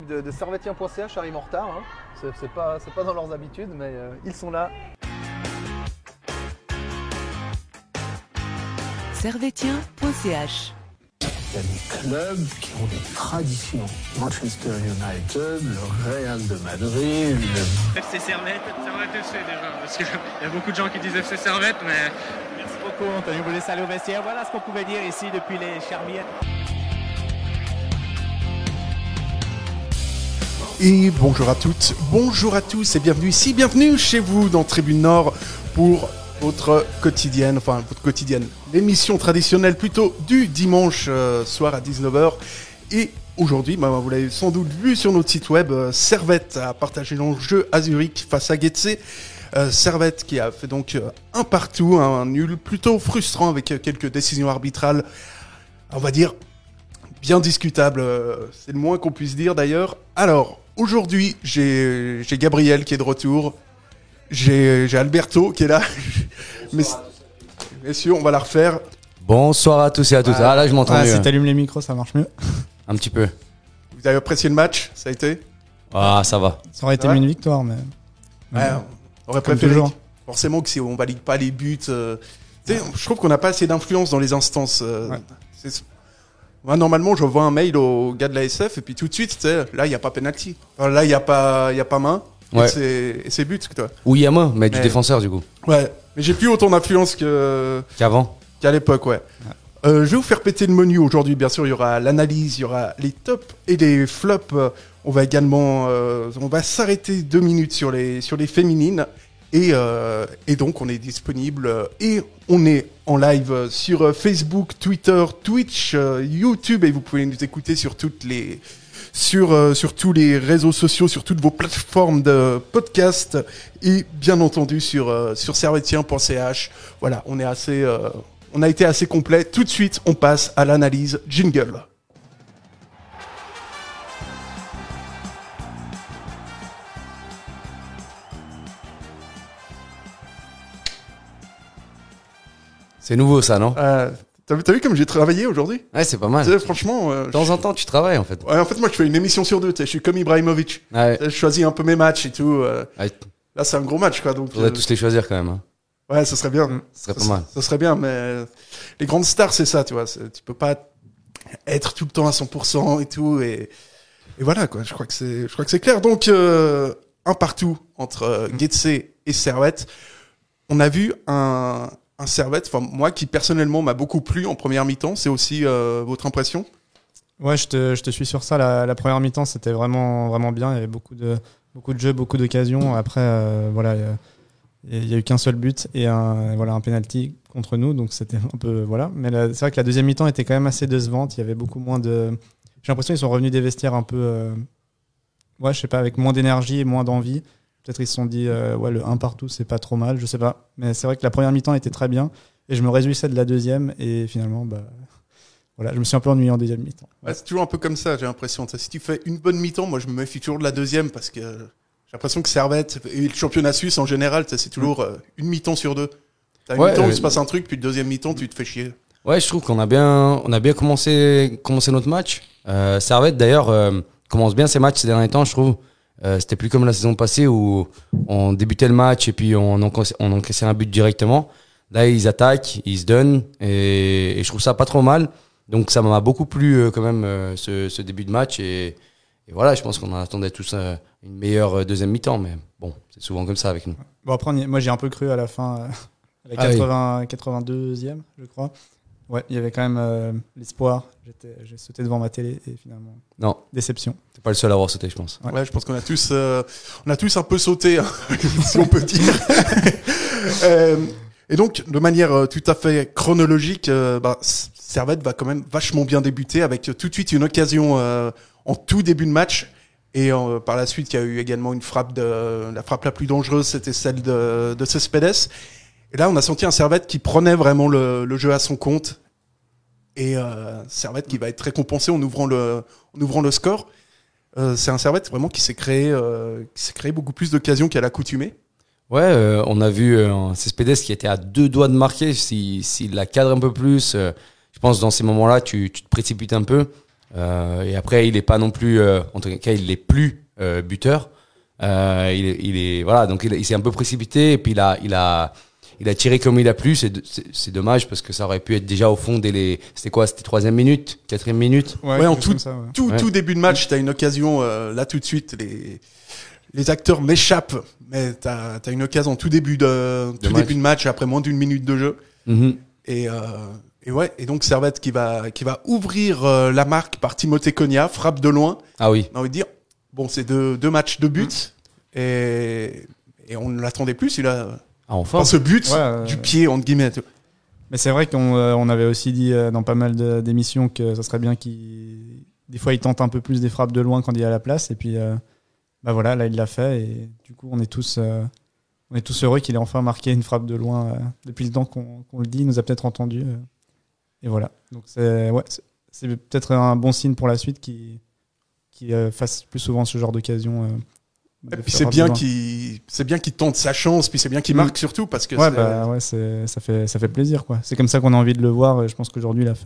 De servetien.ch arrivent en retard, hein. C'est pas dans leurs habitudes, mais ils sont là. Servetien.ch. Il y a des clubs qui ont des traditions. Manchester United, le Real de Madrid, FC Servette FC déjà, parce qu'il y a beaucoup de gens qui disent FC Servette, mais... Merci beaucoup, Anthony. Vous laissez aller au vestiaire. Voilà ce qu'on pouvait dire ici depuis les Charmières. Et bonjour à toutes, bonjour à tous et bienvenue ici, bienvenue chez vous dans Tribune Nord pour votre quotidienne, l'émission traditionnelle plutôt du dimanche soir à 19h. Et aujourd'hui, vous l'avez sans doute vu sur notre site web, Servette a partagé l'enjeu à Zurich face à Getse. Servette qui a fait donc un partout, un nul plutôt frustrant avec quelques décisions arbitrales, on va dire bien discutables, c'est le moins qu'on puisse dire d'ailleurs. Alors, aujourd'hui, j'ai Gabriel qui est de retour, j'ai Alberto qui est là, mais messieurs, on va la refaire. Bonsoir à tous et à toutes. Ah là, je m'entends mieux. Si t'allumes les micros, ça marche mieux. Un petit peu. Vous avez apprécié le match, ça a été ? Ah, ça va. Ça aurait été mieux une victoire, mais... Ouais, on aurait préféré. Forcément que si on valide pas les buts... je trouve qu'on n'a pas assez d'influence dans les instances. Moi, normalement, je vois un mail au gars de la SF et puis tout de suite, là, il n'y a pas penalty. Enfin, là, il n'y a pas main. Ouais. Et c'est but, toi. Ou il y a main, mais du défenseur, du coup. Ouais, mais j'ai plus autant d'influence qu'à l'époque, ouais. Je vais vous faire péter le menu aujourd'hui. Bien sûr, il y aura l'analyse, il y aura les tops et les flops. On va également, on va s'arrêter 2 minutes sur les féminines. Et donc, on est disponible et on est en live sur Facebook, Twitter, Twitch, YouTube. Et vous pouvez nous écouter sur sur tous les réseaux sociaux, sur toutes vos plateformes de podcast. Et bien entendu sur servetien.ch. Voilà, on a été assez complet. Tout de suite, on passe à l'analyse jingle. C'est nouveau ça, non ? T'as vu comme j'ai travaillé aujourd'hui ? Ouais, c'est pas mal. Franchement... De temps en temps, tu travailles en fait. Ouais, en fait, moi, je fais une émission sur 2. Je suis comme Ibrahimovic. Ouais. Je choisis un peu mes matchs et tout. Ouais. Là, c'est un gros match, quoi. Donc, Faudrait tous les choisir quand même. Hein. Ouais, ça serait bien. Ce serait pas mal. Ça serait bien, mais les grandes stars, c'est ça, tu vois. Tu peux pas être tout le temps à 100% et tout. Et voilà, quoi. Je crois que c'est clair. Donc, un partout entre Getse et Servette. On a vu un Servette, enfin moi qui personnellement m'a beaucoup plu en première mi-temps, c'est aussi votre impression ? Ouais, je te suis sur ça. La première mi-temps, c'était vraiment, vraiment bien. Il y avait beaucoup de jeux, beaucoup d'occasions. Après, voilà, il y a eu qu'un seul but et un penalty contre nous, donc c'était un peu voilà. Mais c'est vrai que la deuxième mi-temps était quand même assez décevante. Il y avait beaucoup moins de. J'ai l'impression qu'ils sont revenus des vestiaires un peu, je sais pas, avec moins d'énergie et moins d'envie. Peut-être ils se sont dit, le 1 partout, c'est pas trop mal, je sais pas. Mais c'est vrai que la première mi-temps était très bien et je me réjouissais de la deuxième et finalement, je me suis un peu ennuyé en deuxième mi-temps. Ouais, c'est toujours un peu comme ça, j'ai l'impression. Si tu fais une bonne mi-temps, moi je me méfie toujours de la deuxième parce que j'ai l'impression que Servette et le championnat suisse en général, c'est toujours une mi-temps sur 2. T'as une mi-temps où il se passe un truc, puis le deuxième mi-temps, tu te fais chier. Ouais, je trouve qu'on a bien commencé notre match. Servette d'ailleurs commence bien ses matchs ces derniers temps, je trouve. C'était plus comme la saison passée où on débutait le match et puis on encaissait un but directement. Là, ils attaquent, ils se donnent et je trouve ça pas trop mal. Donc ça m'a beaucoup plu quand même ce début de match et voilà, je pense qu'on attendait tous une meilleure deuxième mi-temps, mais bon, c'est souvent comme ça avec nous. Bon après, moi j'ai un peu cru à la fin, à la 82e, je crois. Ouais, il y avait quand même l'espoir. J'ai sauté devant ma télé et finalement, non, déception. T'es pas le seul à avoir sauté, je pense. Ouais, je pense qu'on a tous un peu sauté, hein, si on peut dire. Et donc, de manière tout à fait chronologique, Servette va quand même vachement bien débuter avec tout de suite une occasion en tout début de match. Et par la suite, il y a eu également une frappe la frappe la plus dangereuse, c'était celle de Cespedes. Et là, on a senti un Servette qui prenait vraiment le jeu à son compte. Et Servette qui va être récompensé en ouvrant le score. C'est un Servette vraiment qui s'est créé beaucoup plus d'occasions qu'à l'accoutumée. Ouais, on a vu un Cespedes qui était à 2 doigts de marquer. S'il la cadre un peu plus, je pense que dans ces moments-là, tu te précipites un peu. Et après, il est pas non plus, en tout cas, il est plus buteur. Il est voilà, donc il s'est un peu précipité et puis il a tiré comme il a plu. C'est dommage parce que ça aurait pu être déjà au fond dès les. C'était quoi? C'était 3e minute, 4e minute. Ouais, en quelque chose comme ça, ouais. tout début de match, t'as une occasion. Là, tout de suite, les acteurs m'échappent, mais t'as une occasion en tout début de match après moins d'1 minute de jeu. Mm-hmm. Et donc Servette qui va ouvrir la marque par Timothée Cogna, frappe de loin. Ah oui. On a envie de dire, bon, c'est deux matchs de buts et on ne l'attendait plus celui-là. Ah, enfin. Enfin, ce but du pied entre guillemets. Mais c'est vrai qu'on avait aussi dit dans pas mal d'émissions que ça serait bien des fois il tente un peu plus des frappes de loin quand il est à la place et puis bah voilà, là il l'a fait et du coup on est tous heureux qu'il ait enfin marqué une frappe de loin depuis le temps qu'on le dit, il nous a peut-être entendu et voilà. Donc c'est peut-être un bon signe pour la suite qui fasse plus souvent ce genre d'occasion. Et puis c'est bien qu'il tente sa chance, puis c'est bien qu'il marque surtout parce que ça fait plaisir quoi. C'est comme ça qu'on a envie de le voir et je pense qu'aujourd'hui il a fait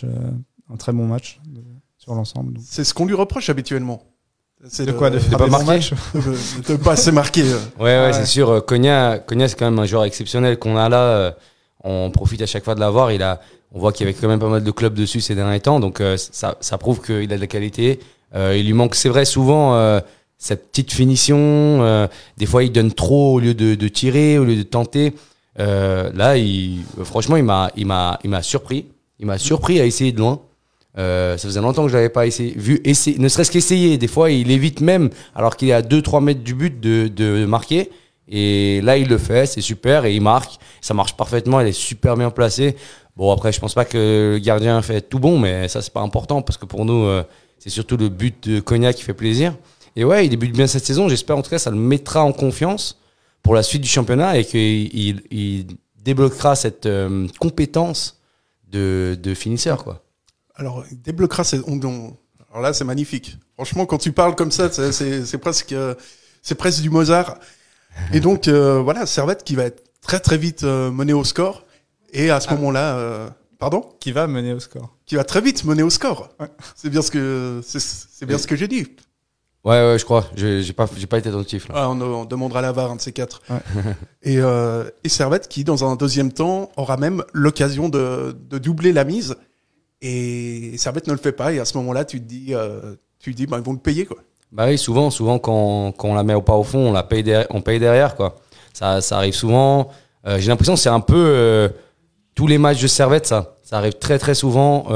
un très bon match sur l'ensemble. Donc. C'est ce qu'on lui reproche habituellement. C'est de pas marquer, de pas assez marquer. Ouais, c'est sûr. Cogna, c'est quand même un joueur exceptionnel qu'on a là. On profite à chaque fois de l'avoir. On voit qu'il y avait quand même pas mal de clubs dessus ces derniers temps, donc ça prouve qu'il a de la qualité. Il lui manque, c'est vrai, souvent cette petite finition. Des fois, il donne trop au lieu de tirer, au lieu de tenter. Là, franchement, il m'a surpris. Il m'a surpris à essayer de loin. Ça faisait longtemps que je l'avais pas essayer, ne serait-ce qu'essayer. Des fois, il évite même, alors qu'il est à 2-3 mètres du but de marquer. Et là, il le fait, c'est super, et il marque. Ça marche parfaitement, il est super bien placé. Bon, après, je pense pas que le gardien fait tout bon, mais ça, c'est pas important, parce que pour nous, c'est surtout le but de Cognac qui fait plaisir. Et ouais, il débute bien cette saison. J'espère, en tout cas, ça le mettra en confiance pour la suite du championnat et qu'il débloquera cette compétence de finisseur, quoi. Alors, il débloquera alors là, c'est magnifique. Franchement, quand tu parles comme ça, c'est presque du Mozart. Et donc, voilà, Servette qui va être très très vite mené au score. Et à ce moment-là, pardon ? Qui va mener au score. Qui va très vite mener au score. Ouais. C'est bien ce que j'ai dit. Ouais, je crois. J'ai pas été attentif là. On demandera la VAR, un de ces quatre. Ouais. Et Servette qui, dans un deuxième temps, aura même l'occasion de doubler la mise. Et Servette ne le fait pas. Et à ce moment-là, tu te dis, ils vont le payer, quoi. Bah oui, souvent quand on la met pas au fond, on paye derrière, quoi. Ça arrive souvent. J'ai l'impression que c'est un peu tous les matchs de Servette, ça arrive très très souvent.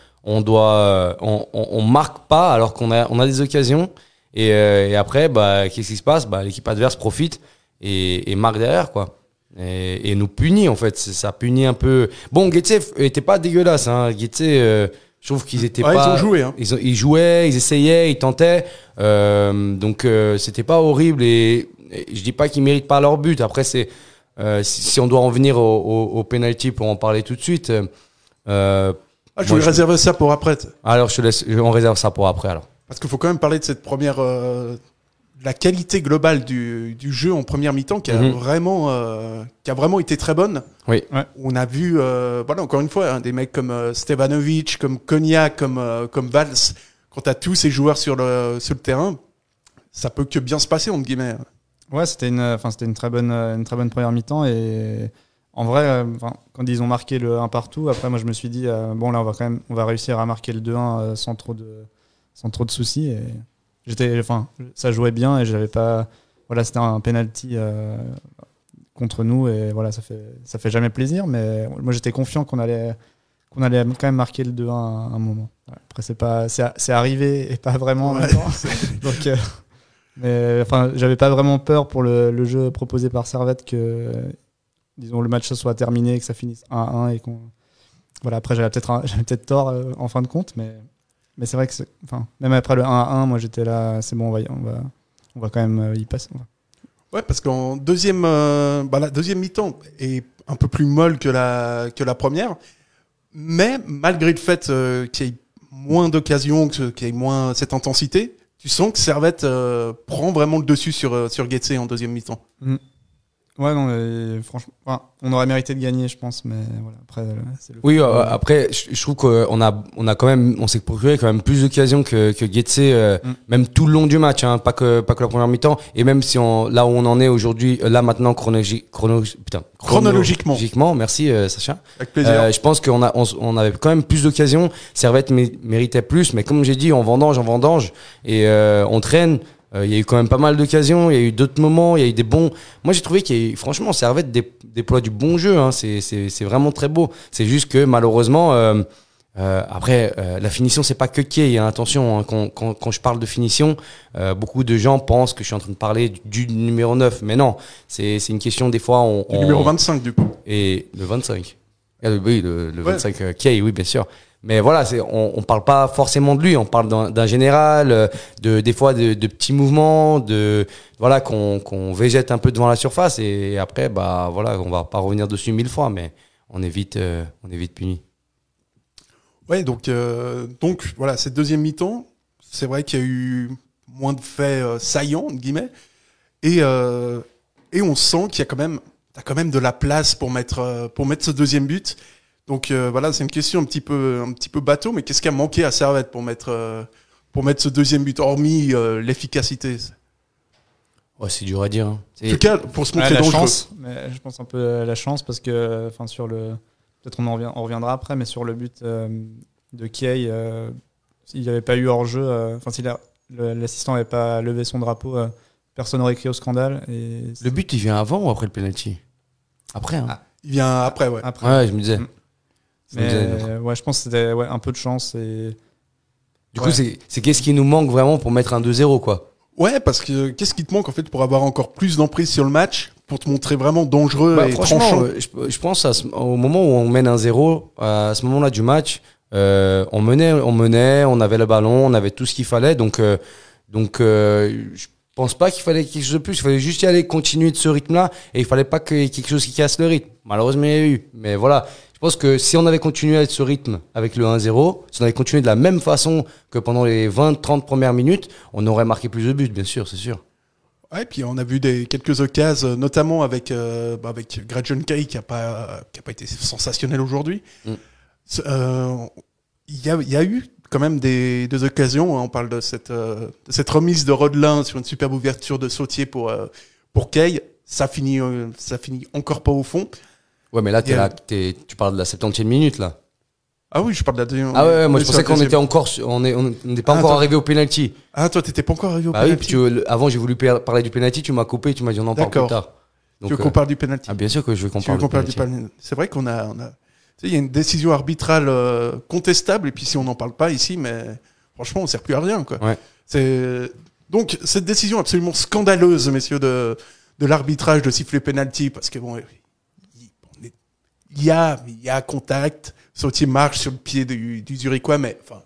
On marque pas alors qu'on a des occasions. Et après, qu'est-ce qui se passe ? L'équipe adverse profite et marque derrière, quoi. Et nous punit, en fait. Ça punit un peu. Bon, Guetze était pas dégueulasse, hein. Guetze, je trouve qu'ils étaient pas. Ils ont joué, hein. Ils jouaient, ils essayaient, ils tentaient. Donc, c'était pas horrible. Et je dis pas qu'ils méritent pas leur but. Après, c'est si on doit en venir au penalty pour en parler tout de suite. Je voulais réserver ça pour après. Alors, on réserve ça pour après, alors. Parce qu'il faut quand même parler de cette première, la qualité globale du jeu en première mi-temps qui a vraiment été très bonne. Oui. Ouais. On a vu, voilà, encore une fois, des mecs comme Stevanovic, comme Cognac, comme Valls. Quand t'as tous ces joueurs sur le terrain, ça peut que bien se passer entre guillemets. Ouais, c'était une très bonne première mi-temps et en vrai, quand ils ont marqué le 1 partout, après moi je me suis dit bon là on va réussir à marquer le 2-1 sans trop de soucis et ça jouait bien et j'avais pas, voilà, c'était un penalty contre nous et voilà, ça fait jamais plaisir, mais moi j'étais confiant qu'on allait quand même marquer le 2-1 à un moment. Après c'est arrivé et pas vraiment en même temps. Donc mais j'avais pas vraiment peur pour le jeu proposé par Servette que disons le match soit terminé, que ça finisse 1-1 et qu'on voilà, après j'avais peut-être tort en fin de compte, mais c'est vrai que même après le 1-1, moi j'étais là, c'est bon, on va quand même y passer. Ouais, parce qu'en deuxième, la deuxième mi-temps est un peu plus molle que la première, mais malgré le fait qu'il y ait moins d'occasions, qu'il y ait moins cette intensité, tu sens que Servette prend vraiment le dessus sur Guetze en deuxième mi-temps. Ouais, non, franchement, on aurait mérité de gagner, je pense, mais voilà, après, c'est le Oui, après, je trouve qu'on a quand même, on s'est procuré quand même plus d'occasions que Getse, même tout le long du match, hein, pas que la première mi-temps. Et même si là où on en est aujourd'hui, là maintenant, chronologiquement, merci Sacha. Avec plaisir. Je pense on avait quand même plus d'occasions. Servette méritait plus, mais comme j'ai dit, on vendange et on traîne. Il y a eu quand même pas mal d'occasions, il y a eu d'autres moments, il y a eu des bons. Moi, j'ai trouvé qu'il y a eu, franchement, Servette déploie du bon jeu. Hein. C'est vraiment très beau. C'est juste que malheureusement, après, la finition, c'est pas que Kay. Hein. Attention, hein, quand je parle de finition, beaucoup de gens pensent que je suis en train de parler du numéro 9. Mais non, c'est une question des fois. Du numéro 25, du coup. Et le 25. Oui, le 25 Kay, oui, bien sûr. Mais voilà, on parle pas forcément de lui, on parle d'un général, des fois de petits mouvements, voilà qu'on végète un peu devant la surface et après bah voilà, on va pas revenir dessus 1000 fois, mais on est vite puni. Ouais, donc voilà, cette deuxième mi-temps, c'est vrai qu'il y a eu moins de faits saillants entre guillemets et on sent qu'il y a quand même de la place pour mettre ce deuxième but. Donc voilà, c'est une question un petit peu bateau, mais qu'est-ce qui a manqué à Servette pour mettre ce deuxième but, hormis l'efficacité? Ouais, c'est dur à dire. Hein. En tout cas, pour se montrer dangereux. Chance, mais je pense un peu à la chance parce que, sur peut-être on reviendra après, mais sur le but de Kay, s'il n'y avait pas eu hors-jeu, si l'assistant n'avait pas levé son drapeau, personne n'aurait crié au scandale. Et le but, il vient avant ou après le penalty? Après, hein. Il vient après, ouais. Ouais, je me disais. Mais je pense que c'était un peu de chance. Et... Du coup, c'est qu'est-ce qui nous manque vraiment pour mettre un 2-0, quoi? Ouais, parce que qu'est-ce qui te manque en fait pour avoir encore plus d'emprise sur le match, pour te montrer vraiment dangereux et tranchant? Je pense au moment où on mène un 0, à ce moment-là du match, on menait, on avait le ballon, on avait tout ce qu'il fallait, donc je pense pas qu'il fallait quelque chose de plus. Il fallait juste y aller, continuer de ce rythme-là, et il fallait pas qu'il y ait quelque chose qui casse le rythme. Malheureusement, il y a eu, mais voilà. Je pense que si on avait continué avec ce rythme avec le 1-0, si on avait continué de la même façon que pendant les 20-30 premières minutes, on aurait marqué plus de buts, bien sûr, c'est sûr. Ouais, puis on a vu quelques occasions, notamment avec Gretchen Kay qui a pas été sensationnel aujourd'hui. Il y a eu quand même des occasions. Hein, on parle de cette remise de Rodelin sur une superbe ouverture de Sautier pour Kay. Ça finit encore pas au fond. Ouais, mais là, tu parles de la 70e minute, là. Ah oui, je parle de la deuxième. Ah ouais, moi je pensais qu'on était encore, on n'est pas encore arrivé au penalty. Ah, toi, t'étais pas encore arrivé au penalty. Ah oui, puis avant j'ai voulu parler du penalty, tu m'as coupé, tu m'as dit on en parle plus tard. Donc, tu veux qu'on parle du penalty? Ah, bien sûr que je veux qu'on parle du penalty. C'est vrai qu'on a, il y a une décision arbitrale contestable, et puis si on n'en parle pas ici, mais franchement, on sert plus à rien, quoi. Ouais. Donc, cette décision absolument scandaleuse, messieurs, de l'arbitrage de siffler penalty, parce que bon, il y a contact, Sautier marche sur le pied du Zurichois, mais enfin.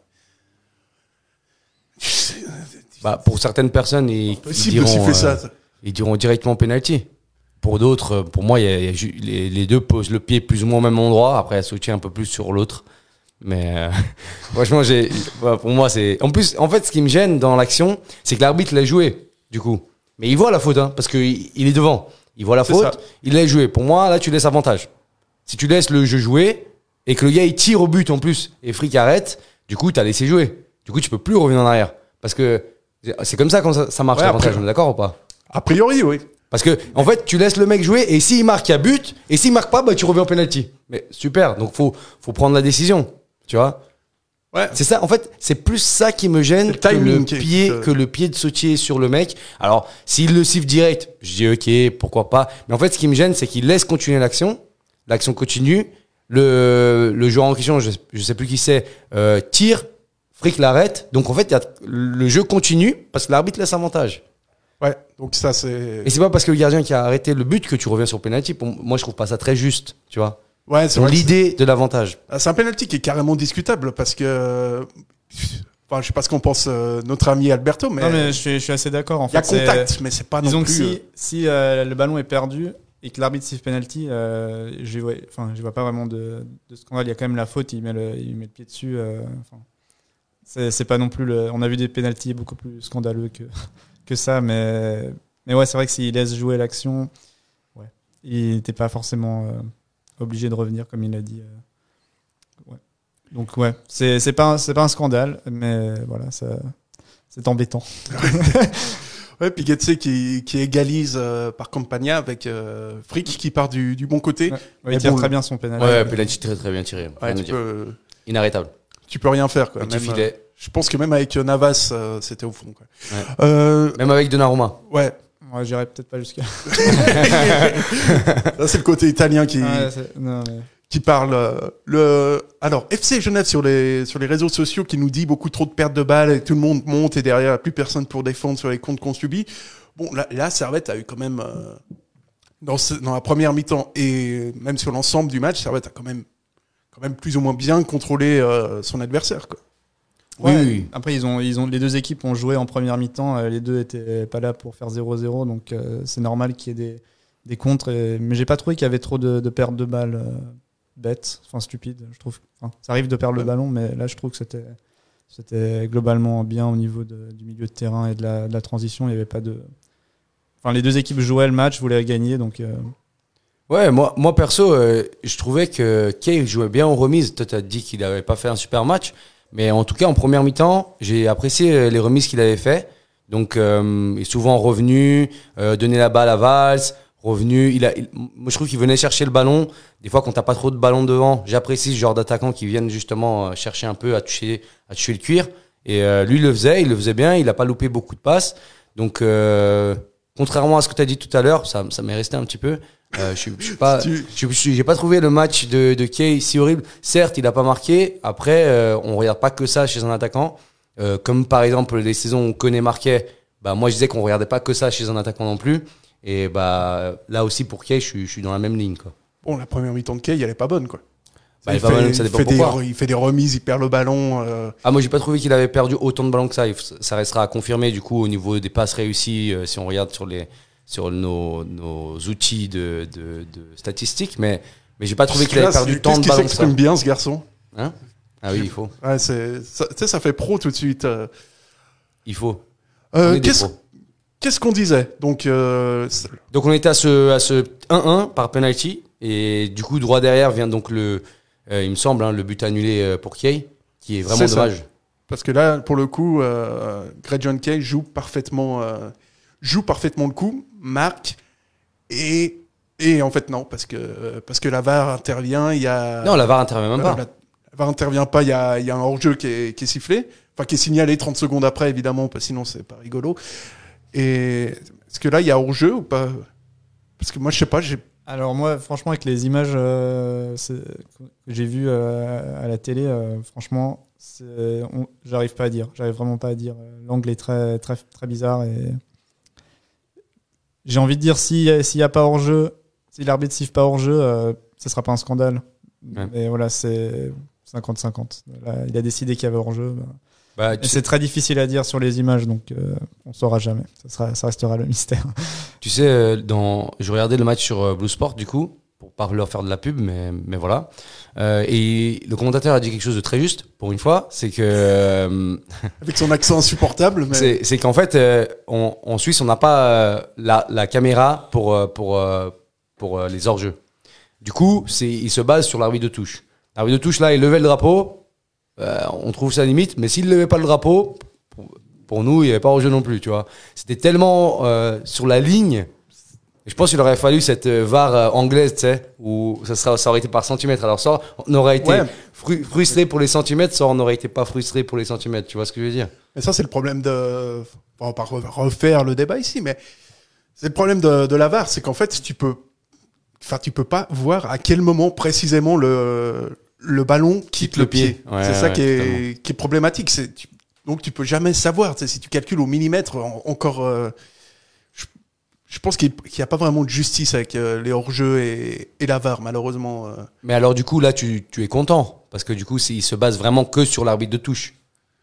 Pour certaines personnes, ils diront directement penalty. Pour d'autres, pour moi, les deux posent le pied plus ou moins au même endroit. Après, Sautier un peu plus sur l'autre. Mais franchement, pour moi, c'est. En plus, en fait, ce qui me gêne dans l'action, c'est que l'arbitre l'a joué, du coup. Mais il voit la faute, hein, parce qu'il est devant. Il voit la faute, il l'a joué. Pour moi, là, tu laisses avantage. Si tu laisses le jeu jouer et que le gars il tire au but en plus et Frick arrête, du coup, t'as laissé jouer. Du coup, tu peux plus revenir en arrière. Parce que c'est comme ça quand ça marche, l'avantage. On est d'accord ou pas? A priori, oui. Parce que, en fait, tu laisses le mec jouer et s'il marque, il y a but. Et s'il marque pas, bah, tu reviens au penalty. Mais super. Donc, faut prendre la décision. Tu vois? Ouais. C'est ça. En fait, c'est plus ça qui me gêne que le pied de Sautier sur le mec. Alors, s'il le siffle direct, je dis ok, pourquoi pas. Mais en fait, ce qui me gêne, c'est qu'il laisse continuer l'action. L'action continue. Le joueur en question, je sais plus qui c'est, tire. Frick l'arrête. Donc, en fait, le jeu continue parce que l'arbitre laisse avantage. Ouais, donc ça c'est. Et c'est pas parce que le gardien qui a arrêté le but que tu reviens sur penalty. Moi, je trouve pas ça très juste, tu vois. Ouais, c'est vrai. L'idée de l'avantage. C'est un penalty qui est carrément discutable parce que. Enfin, je sais pas ce qu'en pense notre ami Alberto, mais. Non, mais je suis assez d'accord. En fait, il y a contact, mais c'est pas non plus. Disons que si le ballon est perdu et que l'arbitre siffle penalty, je vois pas vraiment de scandale. Il y a quand même la faute. Il met le pied dessus. C'est pas non plus on a vu des penaltys beaucoup plus scandaleux que ça, mais ouais, c'est vrai que s'il laisse jouer l'action, ouais. il n'était pas forcément obligé de revenir, comme il l'a dit. Ouais. Donc, ouais, c'est pas un scandale, mais voilà, c'est embêtant. Ouais, puis Getse qui égalise par Campagna avec Frick qui part du bon côté. Ouais, il tire très bien son pénalty. Ouais, penalty très très bien tiré. Ouais, Inarrêtable. tu peux rien faire, quoi. Petit filet. Je pense que même avec Navas, c'était au fond, quoi. Ouais. Même avec Donnarumma. Ouais. Ouais, j'irais peut-être pas jusqu'à. Là, c'est le côté italien qui parle. Alors, FC Genève sur les réseaux sociaux qui nous dit beaucoup trop de pertes de balles et tout le monde monte et derrière, il n'y a plus personne pour défendre sur les comptes qu'on subit. Bon, là Servette a eu quand même, dans la première mi-temps et même sur l'ensemble du match, Servette a quand même plus ou moins bien contrôlé son adversaire, quoi. Ouais, Oui. Après, les deux équipes ont joué en première mi-temps. Les deux étaient pas là pour faire 0-0, donc c'est normal qu'il y ait des contres. Mais j'ai pas trouvé qu'il y avait trop de pertes de balles bêtes, enfin stupides. Je trouve. Enfin, ça arrive de perdre le ballon, mais là, je trouve que c'était globalement bien au niveau du milieu de terrain et de la transition. Il y avait pas de. Enfin, les deux équipes jouaient le match, voulaient gagner, donc. Ouais, moi perso, je trouvais que Kay jouait bien en remise. Toi, t'as dit qu'il avait pas fait un super match. Mais en tout cas, en première mi-temps, j'ai apprécié les remises qu'il avait fait. Donc, il est souvent revenu, donner la balle à Valls, revenu. Moi, je trouve qu'il venait chercher le ballon. Des fois, quand t'as pas trop de ballon devant, j'apprécie ce genre d'attaquants qui viennent justement chercher un peu à toucher le cuir. Et lui, il le faisait bien. Il a pas loupé beaucoup de passes. Donc, contrairement à ce que tu as dit tout à l'heure, ça m'est resté un petit peu. J'ai pas trouvé le match de Kay si horrible. Certes, il a pas marqué. Après, on regarde pas que ça chez un attaquant. Comme par exemple les saisons où Koné marquait. Bah moi, je disais qu'on regardait pas que ça chez un attaquant non plus. Et bah là aussi pour Kay, je suis dans la même ligne, quoi. Bon, la première mi-temps de Kay, elle est pas bonne, quoi. Bah, ça dépend pourquoi. Il fait des remises, il perd le ballon. Ah, moi, j'ai pas trouvé qu'il avait perdu autant de ballons que ça. Ça restera à confirmer, du coup, au niveau des passes réussies, si on regarde sur nos outils de statistiques. Mais j'ai pas trouvé qu'il avait perdu tant de ballons que ça. Qu'est-ce qu'il s'exprime bien, ce garçon? Hein? Ah oui, il faut. Ouais, ça fait pro tout de suite. Il faut. Qu'est-ce qu'on disait? Donc on était à ce 1-1 par penalty. Et du coup, droit derrière vient donc il me semble, le but annulé pour Kay, qui est vraiment dommage. Ça. Parce que là, pour le coup, Greg John Kay joue parfaitement le coup, marque, et en fait non, parce que la VAR intervient, il y a... Non, la VAR intervient même pas. La VAR intervient pas, il y a un hors-jeu qui est sifflé, enfin qui est signalé 30 secondes après, évidemment, parce que sinon c'est pas rigolo. Et est-ce que là, il y a hors-jeu ou pas? Parce que moi, je sais pas, Alors moi, franchement, avec les images que j'ai vues à la télé, franchement, j'arrive pas à dire. J'arrive vraiment pas à dire. L'angle est très, très, très bizarre. Et j'ai envie de dire, s'il y a pas hors-jeu, si l'arbitre siffle pas hors-jeu, ce sera pas un scandale. Ouais. Mais voilà, c'est 50-50. Là, il a décidé qu'il y avait hors-jeu. C'est très difficile à dire sur les images, donc on saura jamais. Ça restera le mystère. Tu sais, je regardais le match sur Blue Sport, du coup, pour pas leur faire de la pub, mais voilà. Et le commentateur a dit quelque chose de très juste, pour une fois, c'est que... Avec son accent insupportable. Mais... C'est qu'en fait, en Suisse, on n'a pas la caméra pour les hors-jeux. Du coup, il se base sur l'arbitre de touche. L'arbitre de touche, là, il levait le drapeau. On trouve ça limite, mais s'il ne levait pas le drapeau, pour nous, il n'y avait pas hors-jeu non plus, tu vois. C'était tellement sur la ligne. Je pense qu'il aurait fallu cette VAR anglaise, tu sais, où ça aurait été par centimètre. Alors ça, on aurait été frustré pour les centimètres, ça, on n'aurait été pas frustré pour les centimètres. Tu vois ce que je veux dire? Mais ça, c'est le problème de... On va pas refaire le débat ici, mais c'est le problème de la VAR, c'est qu'en fait, tu peux pas voir à quel moment précisément le ballon quitte le pied. Ouais, c'est ça qui est problématique. Donc tu peux jamais savoir. Si tu calcules au millimètre, encore, je pense qu'il n'y a pas vraiment de justice avec les hors-jeux et la VAR, malheureusement. Mais alors du coup, là, tu es content parce que du coup, il se base vraiment que sur l'arbitre de touche.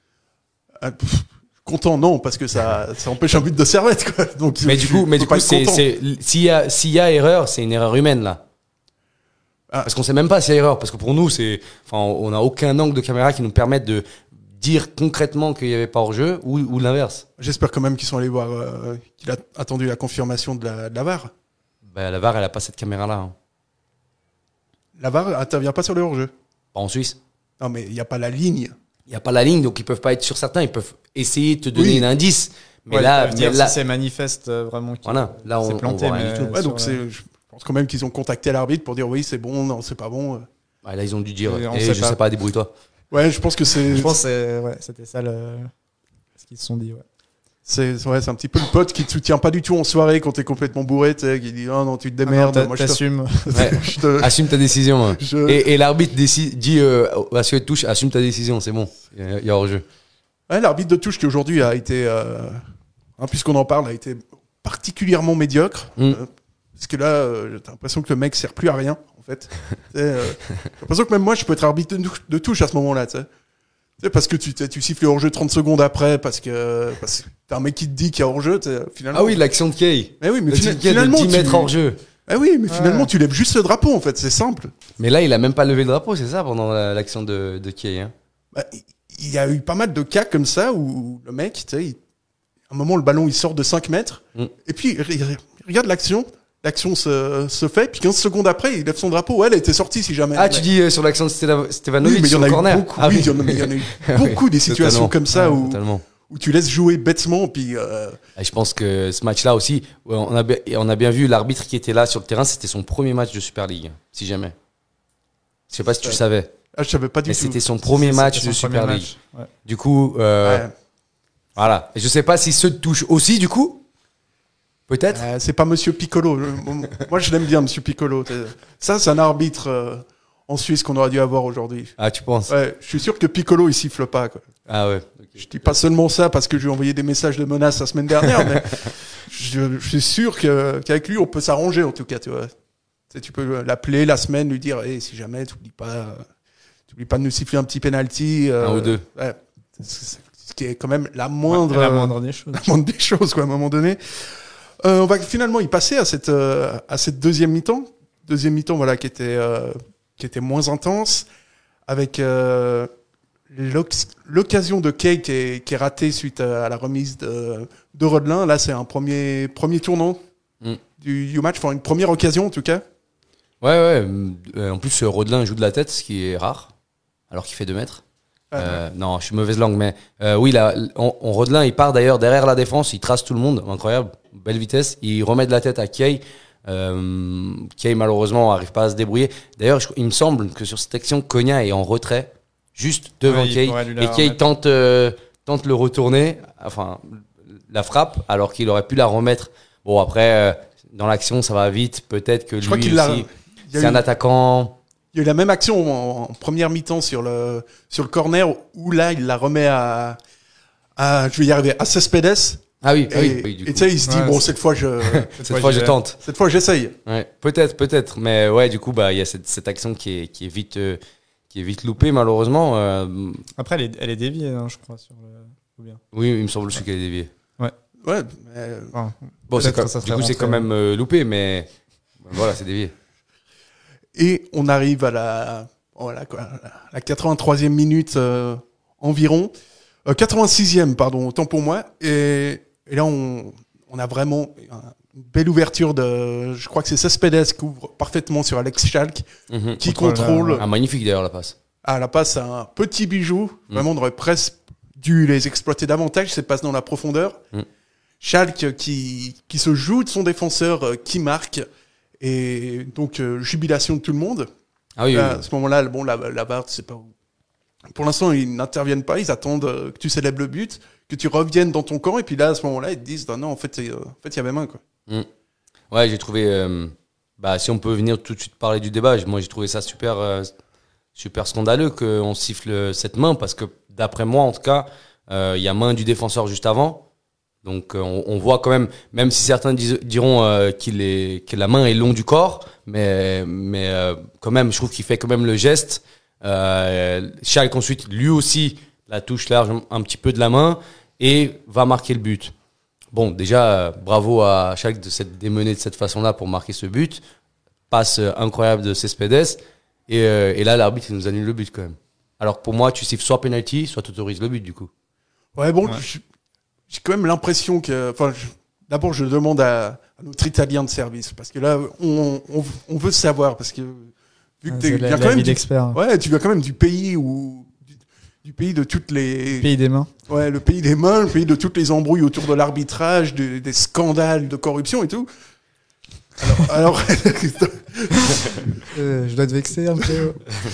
Content, non, parce que ça empêche un but de Servette, quoi. Donc, mais du coup, s'il y a erreur, c'est une erreur humaine, là. Parce qu'on sait même pas s'il y a erreur, parce que pour nous, on n'a aucun angle de caméra qui nous permette de dire concrètement qu'il n'y avait pas hors-jeu ou l'inverse. J'espère quand même qu'ils sont allés voir, qu'il a attendu la confirmation de la VAR. Bah, la VAR, elle a pas cette caméra-là. Hein. La VAR intervient pas sur le hors-jeu. Pas en Suisse. Non, mais il n'y a pas la ligne. Il n'y a pas la ligne, donc ils peuvent pas être sur certains. Ils peuvent essayer de te donner Oui. un indice. Mais Ouais, là, ils peuvent dire si c'est manifeste vraiment. voilà, là, c'est on planté, voit rien mais- du tout. Ouais, sur donc la- je pense quand même qu'ils ont contacté l'arbitre pour dire oui, c'est bon, non, c'est pas bon. Ouais, là, ils ont dû dire, Et on je sait sais pas. pas, débrouille-toi. Ouais, je pense que c'est. Je pense que c'était ça ce qu'ils se sont dit. Ouais. C'est un petit peu le pote qui te soutient pas du tout en soirée quand t'es complètement bourré, tu sais, qui dit oh non, tu te démerdes. Ah non, moi, je te- t'assumes. Ouais. je te- Assume ta décision. Hein. je- Et l'arbitre dit à celui de touche, assume ta décision, c'est bon. Il y a hors-jeu. Ouais, l'arbitre de touche qui aujourd'hui a été, puisqu'on en parle, a été particulièrement médiocre. Parce que là, j'ai l'impression que le mec sert plus à rien, en fait. Tu sais, j'ai l'impression que même moi, je peux être arbitre de touche à ce moment-là, tu sais. Tu sais, parce que tu siffles le hors-jeu 30 secondes après, parce que t'as un mec qui te dit qu'il y a hors-jeu, tu sais, finalement. Ah oui, l'action de Kay. Mais oui, mais L'action de Kay de finalement, 10 mètres hors-jeu. Ah oui, mais finalement, tu lèves juste le drapeau, en fait, c'est simple. Mais là, il a même pas levé le drapeau, c'est ça, pendant l'action de Kay. Hein. Bah, il y a eu pas mal de cas comme ça où le mec, tu sais, à un moment, le ballon, il sort de 5 mètres, et puis, regarde l'action. L'action se fait, puis 15 secondes après, il lève son drapeau. Ouais, elle était sortie si jamais. Ah, tu dis sur l'action de Stevanovic oui, mais il y sur en a le eu corner. beaucoup. Ah Oui, oui. il y en a eu beaucoup des situations Totalement. comme ça où Totalement. tu laisses jouer bêtement, puis Et je pense que ce match-là aussi, on a bien vu l'arbitre qui était là sur le terrain, c'était son premier match de Super League, si jamais. Je sais pas si tu le savais, je savais pas du mais tout. c'était son premier match C'était de son Super premier League. match. Ouais. Du coup, Ouais. voilà. Et je sais pas si ceux de touche aussi, du coup. Peut-être. C'est pas Monsieur Piccolo. Moi, je l'aime bien, Monsieur Piccolo. Ça, c'est un arbitre en Suisse qu'on aurait dû avoir aujourd'hui. Ah, tu penses? Ouais, je suis sûr que Piccolo, il siffle pas, quoi. Ah ouais. Je dis pas seulement ça parce que je lui ai envoyé des messages de menaces la semaine dernière, mais je suis sûr qu'avec lui, on peut s'arranger, en tout cas, tu vois. Tu sais, tu peux l'appeler la semaine, lui dire, hey, si jamais, t'oublies pas de nous siffler un petit penalty. Un ou deux. Ouais. Ce qui est quand même la moindre, La moindre des choses. la moindre des choses, quoi, à un moment donné. On va finalement y passer à cette deuxième mi-temps. Deuxième mi-temps, voilà, qui était moins intense, avec l'occasion de Kay qui est ratée suite à la remise de Rodelin. Là, c'est un premier tournant du match, enfin une première occasion en tout cas. Ouais. En plus, Rodelin joue de la tête, ce qui est rare, alors qu'il fait 2 mètres. Non, je suis mauvaise langue, mais oui, là, Rodelin, il part d'ailleurs derrière la défense, il trace tout le monde, incroyable, belle vitesse, il remet de la tête à Kay. Kay, malheureusement, n'arrive pas à se débrouiller. D'ailleurs, il me semble que sur cette action, Konya est en retrait, juste devant Ouais, il Kay, pourrait lui la et Kay remettre. tente le retourner, enfin, la frappe, alors qu'il aurait pu la remettre. Bon, après, dans l'action, ça va vite, peut-être que Je crois lui qu'il l'a. aussi, Il y a c'est eu- un attaquant. Il y a eu la même action en première mi-temps sur le corner où là, il la remet à je vais y arriver, à Cespedes. Ah oui, Et du tu coup. sais, il se dit, Ouais, bon, c'est- cette fois, Cette fois, je tente. cette fois, j'essaye. Ouais, peut-être, mais ouais, du coup, bah, il y a cette action qui est vite loupée, malheureusement. Après, elle est déviée, hein, je crois. Ou bien. Oui, il me semble aussi qu'elle est déviée. Ouais, mais, Enfin, Bon, peut-être c'est que ça du serait coup, c'est rentré, quand même loupé, mais voilà, c'est dévié. et on arrive à la 83e minute environ. 86e, pardon, autant pour moi. Et là, on a vraiment une belle ouverture je crois que c'est Cespedes qui ouvre parfaitement sur Alex Schalk, qui contrôle. Ah, magnifique d'ailleurs la passe. Ah, la passe, c'est un petit bijou. Vraiment, on aurait presque dû les exploiter davantage, cette passe dans la profondeur. Schalk qui se joue de son défenseur, qui marque. Et donc, jubilation de tout le monde. Ah oui, Là, oui. à ce moment-là, bon, la barre, c'est pas où. Pour l'instant, ils n'interviennent pas. Ils attendent que tu célèbres le but, que tu reviennes dans ton camp. Et puis là, à ce moment-là, ils te disent, non, en fait, il y avait main, quoi. Ouais, j'ai trouvé. Si on peut venir tout de suite parler du débat, moi j'ai trouvé ça super scandaleux qu'on siffle cette main parce que d'après moi, en tout cas, il y a main du défenseur juste avant. Donc on voit quand même si certains diront que la main est long du corps, mais quand même, je trouve qu'il fait quand même le geste. Schalke ensuite, lui aussi, la touche large un petit peu de la main et va marquer le but. Bon, déjà, bravo à Schalke de s'être démené de cette façon-là pour marquer ce but. Passe incroyable de Cespedes. Et là, l'arbitre, il nous annule le but quand même. Alors que pour moi, tu siffles soit penalty, soit tu autorises le but du coup. Ouais, bon, Ouais. j'ai quand même l'impression que. Enfin, d'abord, je demande à notre Italien de service, parce que là, on veut savoir, parce que vu que tu viens quand même d'expert. Ouais, tu viens quand même du pays du pays de toutes les... Le pays des mains. Ouais, le pays des mains, le pays de toutes les embrouilles autour de l'arbitrage, des scandales de corruption et tout. Alors je dois te vexer un peu.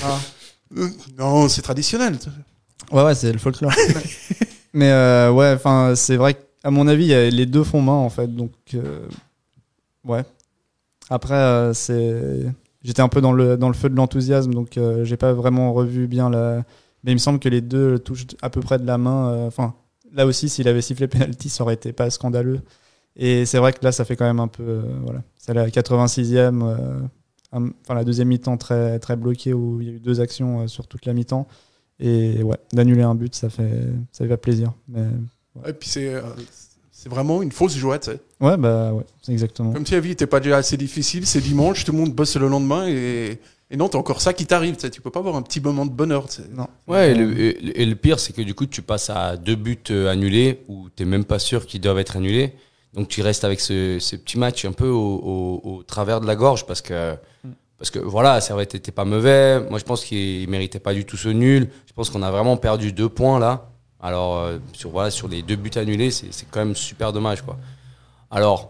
non, c'est traditionnel. Ouais, c'est le folklore. Mais ouais, enfin, c'est vrai qu'à mon avis, les deux font main en fait. Donc, ouais. Après, j'étais un peu dans le feu de l'enthousiasme, donc j'ai pas vraiment revu bien la. Mais il me semble que les deux touchent à peu près de la main. Enfin, là aussi, s'il avait sifflé penalty, ça aurait été pas scandaleux. Et c'est vrai que là, ça fait quand même un peu. Voilà. C'est la 86e, enfin la deuxième mi-temps très, très bloquée où il y a eu 2 actions sur toute la mi-temps. Et ouais, d'annuler un but, ça fait plaisir. Mais, ouais. Et puis c'est vraiment une fausse joie, tu sais. Ouais, bah ouais, c'est exactement. Comme si la vie n'était pas déjà assez difficile, c'est dimanche, tout le monde bosse le lendemain et non, t'as encore ça qui t'arrive, tu sais. Tu peux pas avoir un petit moment de bonheur, tu sais. Non. Ouais, et le pire, c'est que du coup, tu passes à 2 buts annulés où t'es même pas sûr qu'ils doivent être annulés. Donc tu restes avec ce petit match un peu au travers de la gorge parce que voilà, Servette était pas mauvais. Moi, je pense qu'il méritait pas du tout ce nul. Je pense qu'on a vraiment perdu 2 points là. Alors sur les 2 buts annulés, c'est quand même super dommage, quoi. Alors,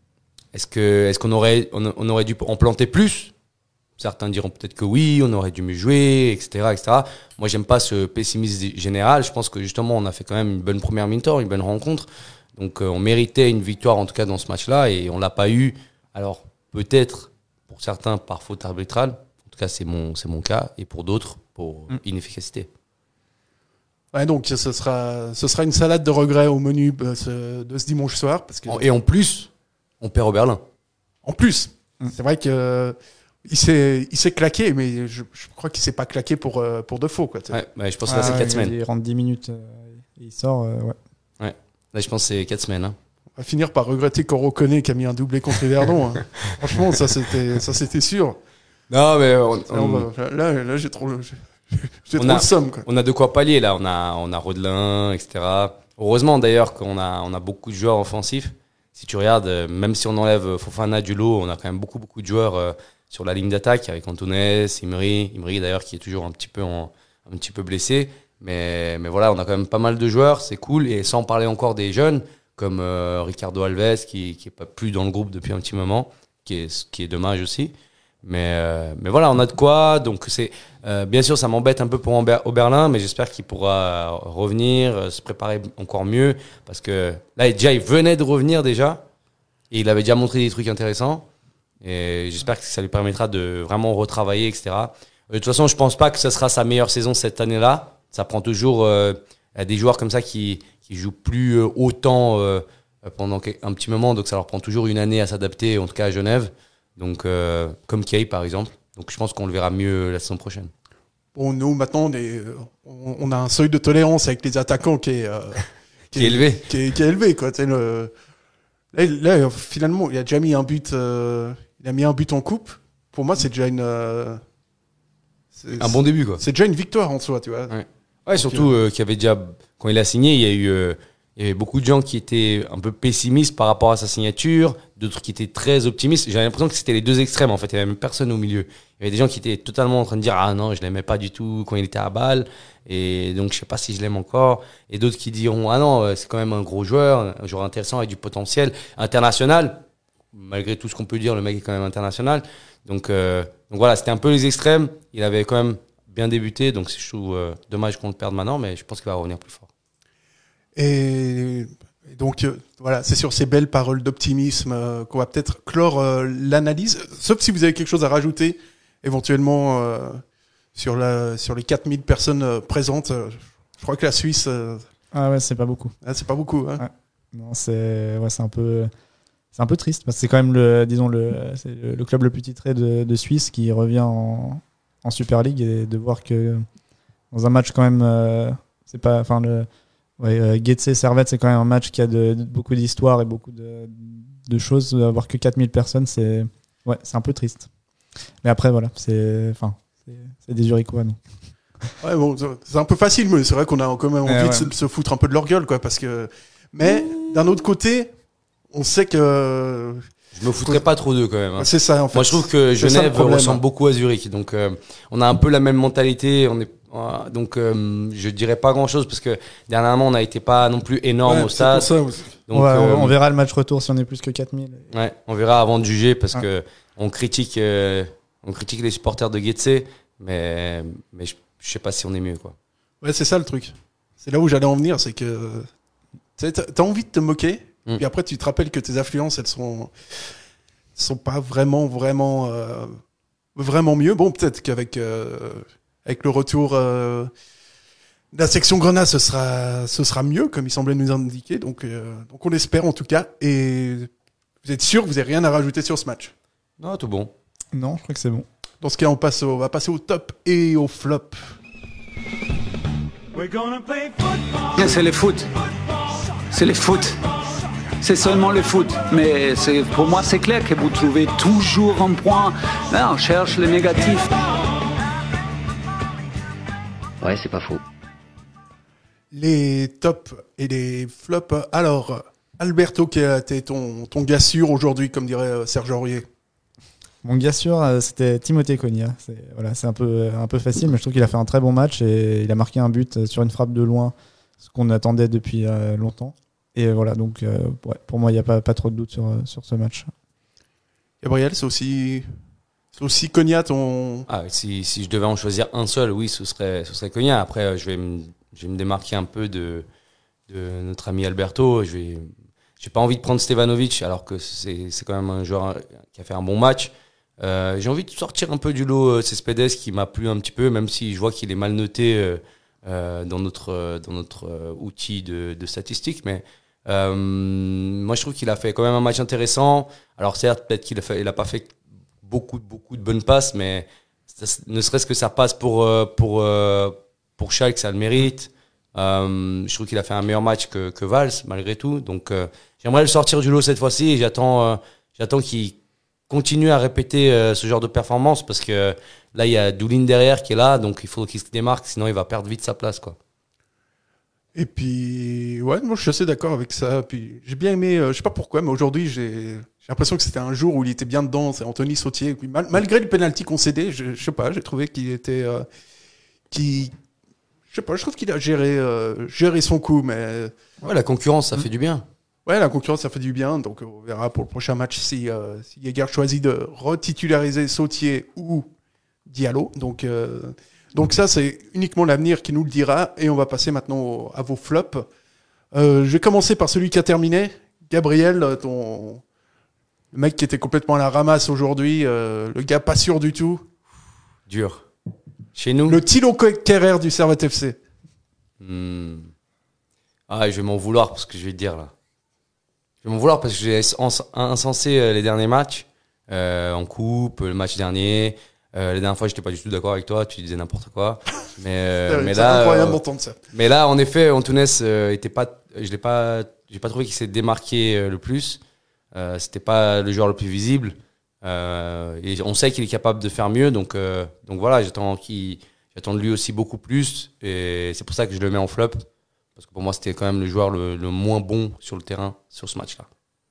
est-ce qu'on aurait dû en planter plus? Certains diront peut-être que oui, on aurait dû mieux jouer, etc., etc. Moi, j'aime pas ce pessimisme général. Je pense que justement, on a fait quand même une bonne première mi-temps, une bonne rencontre. Donc, on méritait une victoire en tout cas dans ce match-là et on l'a pas eu. Alors, peut-être pour certains par faute arbitrale. En tout cas, c'est mon cas. Et pour d'autres, pour inefficacité. Ouais, donc ce sera une salade de regrets au menu de ce dimanche soir. Et en plus, on perd au Berlin. En plus, c'est vrai que il s'est claqué, mais je crois qu'il s'est pas claqué pour de faux, quoi. Ouais, je pense que là, c'est 4 semaines. Il rentre 10 minutes et il sort, ouais. Ouais. Là, je pense que c'est 4 semaines. Hein. On va finir par regretter qu'on reconnaît qu'il a mis un doublé contre Verdon. Hein. Franchement, ça c'était sûr. Non, mais là, j'ai trop le somme, quoi. On a de quoi pallier là. On a Rodelin, etc. Heureusement d'ailleurs qu'on a beaucoup de joueurs offensifs. Si tu regardes, même si on enlève Fofana du lot, on a quand même beaucoup de joueurs sur la ligne d'attaque avec Antunes, Imri d'ailleurs qui est toujours un petit peu blessé. Mais voilà, on a quand même pas mal de joueurs, c'est cool. Et sans parler encore des jeunes comme Ricardo Alves qui est pas plus dans le groupe depuis un petit moment, qui est dommage aussi. Mais voilà, on a de quoi. Donc c'est bien sûr, ça m'embête un peu pour Oberlin, mais j'espère qu'il pourra revenir, se préparer encore mieux, parce que là déjà il venait de revenir déjà et il avait déjà montré des trucs intéressants. Et j'espère que ça lui permettra de vraiment retravailler, etc. De toute façon, je pense pas que ce sera sa meilleure saison cette année-là. Ça prend toujours des joueurs comme ça qui jouent plus autant pendant un petit moment, donc ça leur prend toujours une année à s'adapter, en tout cas à Genève. Donc, comme Kay par exemple. Donc, je pense qu'on le verra mieux la saison prochaine. Bon, nous, maintenant, on a un seuil de tolérance avec les attaquants qui est élevé. Qui est élevé, quoi. Là, finalement, il a déjà mis un but. Il a mis un but en coupe. Pour moi, c'est déjà un bon début, quoi. C'est déjà une victoire en soi, tu vois. Ouais, surtout qu'il y avait déjà, quand il a signé, il y avait beaucoup de gens qui étaient un peu pessimistes par rapport à sa signature, d'autres qui étaient très optimistes. J'avais l'impression que c'était les deux extrêmes, en fait. Il n'y avait même personne au milieu. Il y avait des gens qui étaient totalement en train de dire « Ah non, je l'aimais pas du tout quand il était à Bâle. Et donc, je sais pas si je l'aime encore. » Et d'autres qui diront « Ah non, c'est quand même un gros joueur, un joueur intéressant avec du potentiel international. » Malgré tout ce qu'on peut dire, le mec est quand même international. Donc voilà, c'était un peu les extrêmes. Il avait quand même bien débuté, donc je trouve dommage qu'on le perde maintenant, mais je pense qu'il va revenir plus fort. Et donc voilà, c'est sur ces belles paroles d'optimisme qu'on va peut-être clore l'analyse, sauf si vous avez quelque chose à rajouter éventuellement sur les 4000 personnes présentes. Je crois que la Suisse... Ah ouais, c'est pas beaucoup. Ah, c'est pas beaucoup, hein. Ouais. Non, c'est un peu triste, parce que c'est quand même le club le plus titré de Suisse qui revient en Super League, et de voir que dans un match quand même, c'est pas, enfin Getse Servette, c'est quand même un match qui a beaucoup d'histoire et beaucoup de choses. Avoir que 4000 personnes, c'est un peu triste. Mais après voilà, c'est des Zurichois, non. Ouais, bon, c'est un peu facile, mais c'est vrai qu'on a quand même envie de se foutre un peu de leur gueule, quoi, parce que. Mais d'un autre côté, on sait que Je me foutrais pas trop d'eux quand même. Hein. c'est ça en fait. Moi, je trouve que C'est ça, le Genève problème. ressemble beaucoup à Zurich. Donc, on a un peu la même mentalité. Donc, je dirais pas grand-chose parce que dernièrement, on n'a été pas non plus énorme Ouais, au c'est stade. pour ça aussi. Donc, on verra le match retour si on est plus que 4000. ouais, on verra avant de juger parce que on critique les supporters de Getse, mais je sais pas si on est mieux, quoi. Ouais, c'est ça le truc. C'est là où j'allais en venir, c'est que tu sais, t'as envie de te moquer, puis après tu te rappelles que tes affluences, elles sont pas vraiment mieux. Bon, peut-être qu'avec avec le retour de la section Grenat, ce sera mieux, comme il semblait nous indiquer. Donc on espère en tout cas. Et vous êtes sûr que vous n'avez rien à rajouter sur ce match? Non, tout bon. Non, je crois que c'est bon. Dans ce cas, on va passer au top et au flop. C'est le foot. C'est le foot. C'est seulement le foot. Mais pour moi, c'est clair que vous trouvez toujours un point. Là, on cherche le négatif. Ouais, c'est pas faux. Les tops et les flops. Alors, Alberto, qui a été ton gars sûr aujourd'hui, comme dirait Serge Aurier. Mon gars sûr, c'était Timothée Cogna. C'est un peu facile, mais je trouve qu'il a fait un très bon match et il a marqué un but sur une frappe de loin, ce qu'on attendait depuis longtemps. Et voilà, donc pour moi, il n'y a pas trop de doute sur ce match. Gabriel, c'est aussi Cogna ton... Ah, si je devais en choisir un seul, oui, ce serait Cogna. Après, je vais me démarquer un peu de notre ami Alberto. J'ai pas envie de prendre Stevanovic, alors que c'est quand même un joueur qui a fait un bon match. J'ai envie de sortir un peu du lot Cespedes, qui m'a plu un petit peu, même si je vois qu'il est mal noté dans notre outil de statistiques. Mais moi, je trouve qu'il a fait quand même un match intéressant. Alors certes, peut-être qu'il a pas fait beaucoup de bonnes passes, mais ne serait-ce que ça passe pour Schalke, ça le mérite. Je trouve qu'il a fait un meilleur match que Valls, malgré tout. Donc, j'aimerais le sortir du lot cette fois-ci et j'attends qu'il continue à répéter ce genre de performance, parce que là, il y a Doulin derrière qui est là, donc il faut qu'il se démarque, sinon il va perdre vite sa place, quoi. Et puis, ouais, moi je suis assez d'accord avec ça. Puis j'ai bien aimé, je sais pas pourquoi, mais aujourd'hui j'ai l'impression que c'était un jour où il était bien dedans. C'est Anthony Sautier. Et puis, malgré le penalty concédé, je sais pas, j'ai trouvé qu'il était, je sais pas, je trouve qu'il a géré son coup, mais ouais, la concurrence, ça fait du bien. Ouais, la concurrence, ça fait du bien. Donc on verra pour le prochain match si Jaeger choisit de retitulariser Sautier ou Diallo. Donc ça, c'est uniquement l'avenir qui nous le dira. Et on va passer maintenant à vos flops. Je vais commencer par celui qui a terminé. Gabriel, le mec qui était complètement à la ramasse aujourd'hui, le gars pas sûr du tout. Dur. Chez nous. Le Thilo Kerrer du Servette FC. Ah, je vais m'en vouloir pour ce que je vais te dire là. Je vais m'en vouloir parce que j'ai insensé les derniers matchs en coupe, le match dernier. La dernière fois, j'étais pas du tout d'accord avec toi, tu disais n'importe quoi. Mais c'est là, incroyable d'entendre ça. Mais là, en effet, Antunes j'ai pas trouvé qu'il s'est démarqué le plus. C'était pas le joueur le plus visible. Et on sait qu'il est capable de faire mieux, donc voilà, j'attends de lui aussi beaucoup plus. Et c'est pour ça que je le mets en flop, parce que pour moi, c'était quand même le joueur le moins bon sur le terrain sur ce match-là.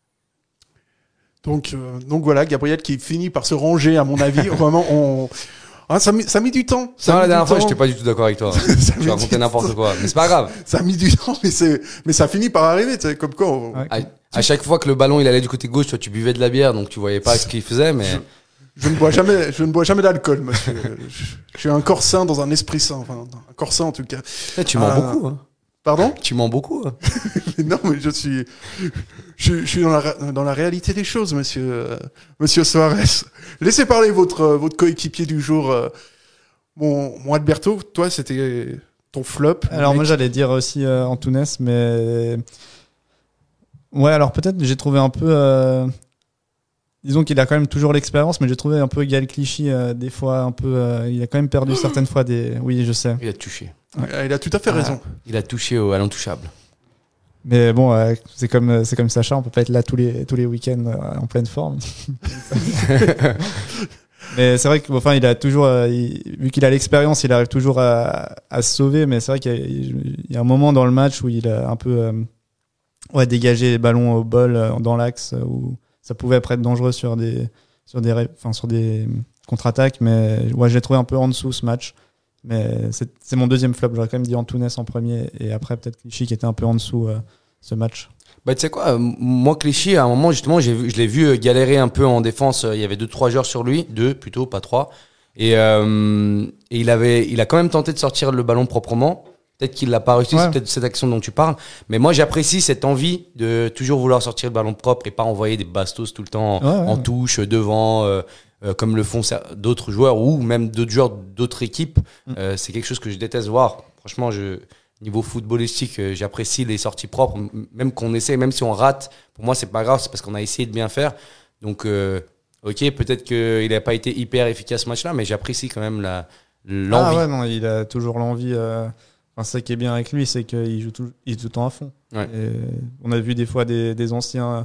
Donc voilà, Gabriel qui finit par se ranger, à mon avis. Vraiment, ça a mis du temps. La dernière fois, j'étais pas du tout d'accord avec toi. Tu racontais n'importe quoi, mais c'est pas grave. Ça a mis du temps, mais ça finit par arriver. Tu sais, comme quoi. À chaque fois que le ballon il allait du côté gauche, toi tu buvais de la bière, donc tu voyais pas ce qu'il faisait. Mais je ne bois jamais d'alcool, monsieur. Je suis un corps sain dans un esprit sain, enfin un corps sain en tout cas. Tu mens beaucoup, hein. Pardon ? Tu mens beaucoup. Hein. Non, mais je suis dans la réalité des choses, monsieur Soares. Laissez parler votre coéquipier du jour, mon Alberto. Toi, c'était ton flop. Alors moi, j'allais dire aussi Antunes, mais ouais, alors peut-être j'ai trouvé un peu. Disons qu'il a quand même toujours l'expérience, mais j'ai trouvé un peu Gaël Clichy des fois un peu. Il a quand même perdu certaines fois des. Oui, je sais. Il a touché. Ouais, il a tout à fait raison. Il a touché à l'intouchable. Mais bon, c'est comme Sacha, on peut pas être là tous les week-ends en pleine forme. Mais c'est vrai que, il a toujours, vu qu'il a l'expérience, il arrive toujours à se sauver. Mais c'est vrai qu'il y a un moment dans le match où il a un peu dégager les ballons au bol dans l'axe où ça pouvait après être dangereux sur des contre-attaques, mais j'ai trouvé un peu en dessous ce match. Mais c'est mon deuxième flop. J'aurais quand même dit Antunes en premier et après peut-être Clichy qui était un peu en dessous ce match. Bah, tu sais quoi, moi, Clichy, à un moment, justement, je l'ai vu galérer un peu en défense. Il y avait 2-3 joueurs sur lui, 2 plutôt, pas 3. Et il a quand même tenté de sortir le ballon proprement. Peut-être qu'il l'a pas réussi, c'est peut-être cette action dont tu parles. Mais moi, j'apprécie cette envie de toujours vouloir sortir le ballon propre et pas envoyer des bastos tout le temps en touche, devant, comme le font d'autres joueurs ou même d'autres joueurs d'autres équipes. C'est quelque chose que je déteste voir. Franchement, niveau footballistique, j'apprécie les sorties propres, même qu'on essaie, même si on rate. Pour moi, c'est pas grave, c'est parce qu'on a essayé de bien faire. Donc, ok, peut-être qu'il n'a pas été hyper efficace ce match-là, mais j'apprécie quand même l'envie. Ah ouais, non, il a toujours l'envie. Enfin, ce qui est bien avec lui, c'est qu'il joue tout le temps à fond. Ouais. Et on a vu des fois des anciennes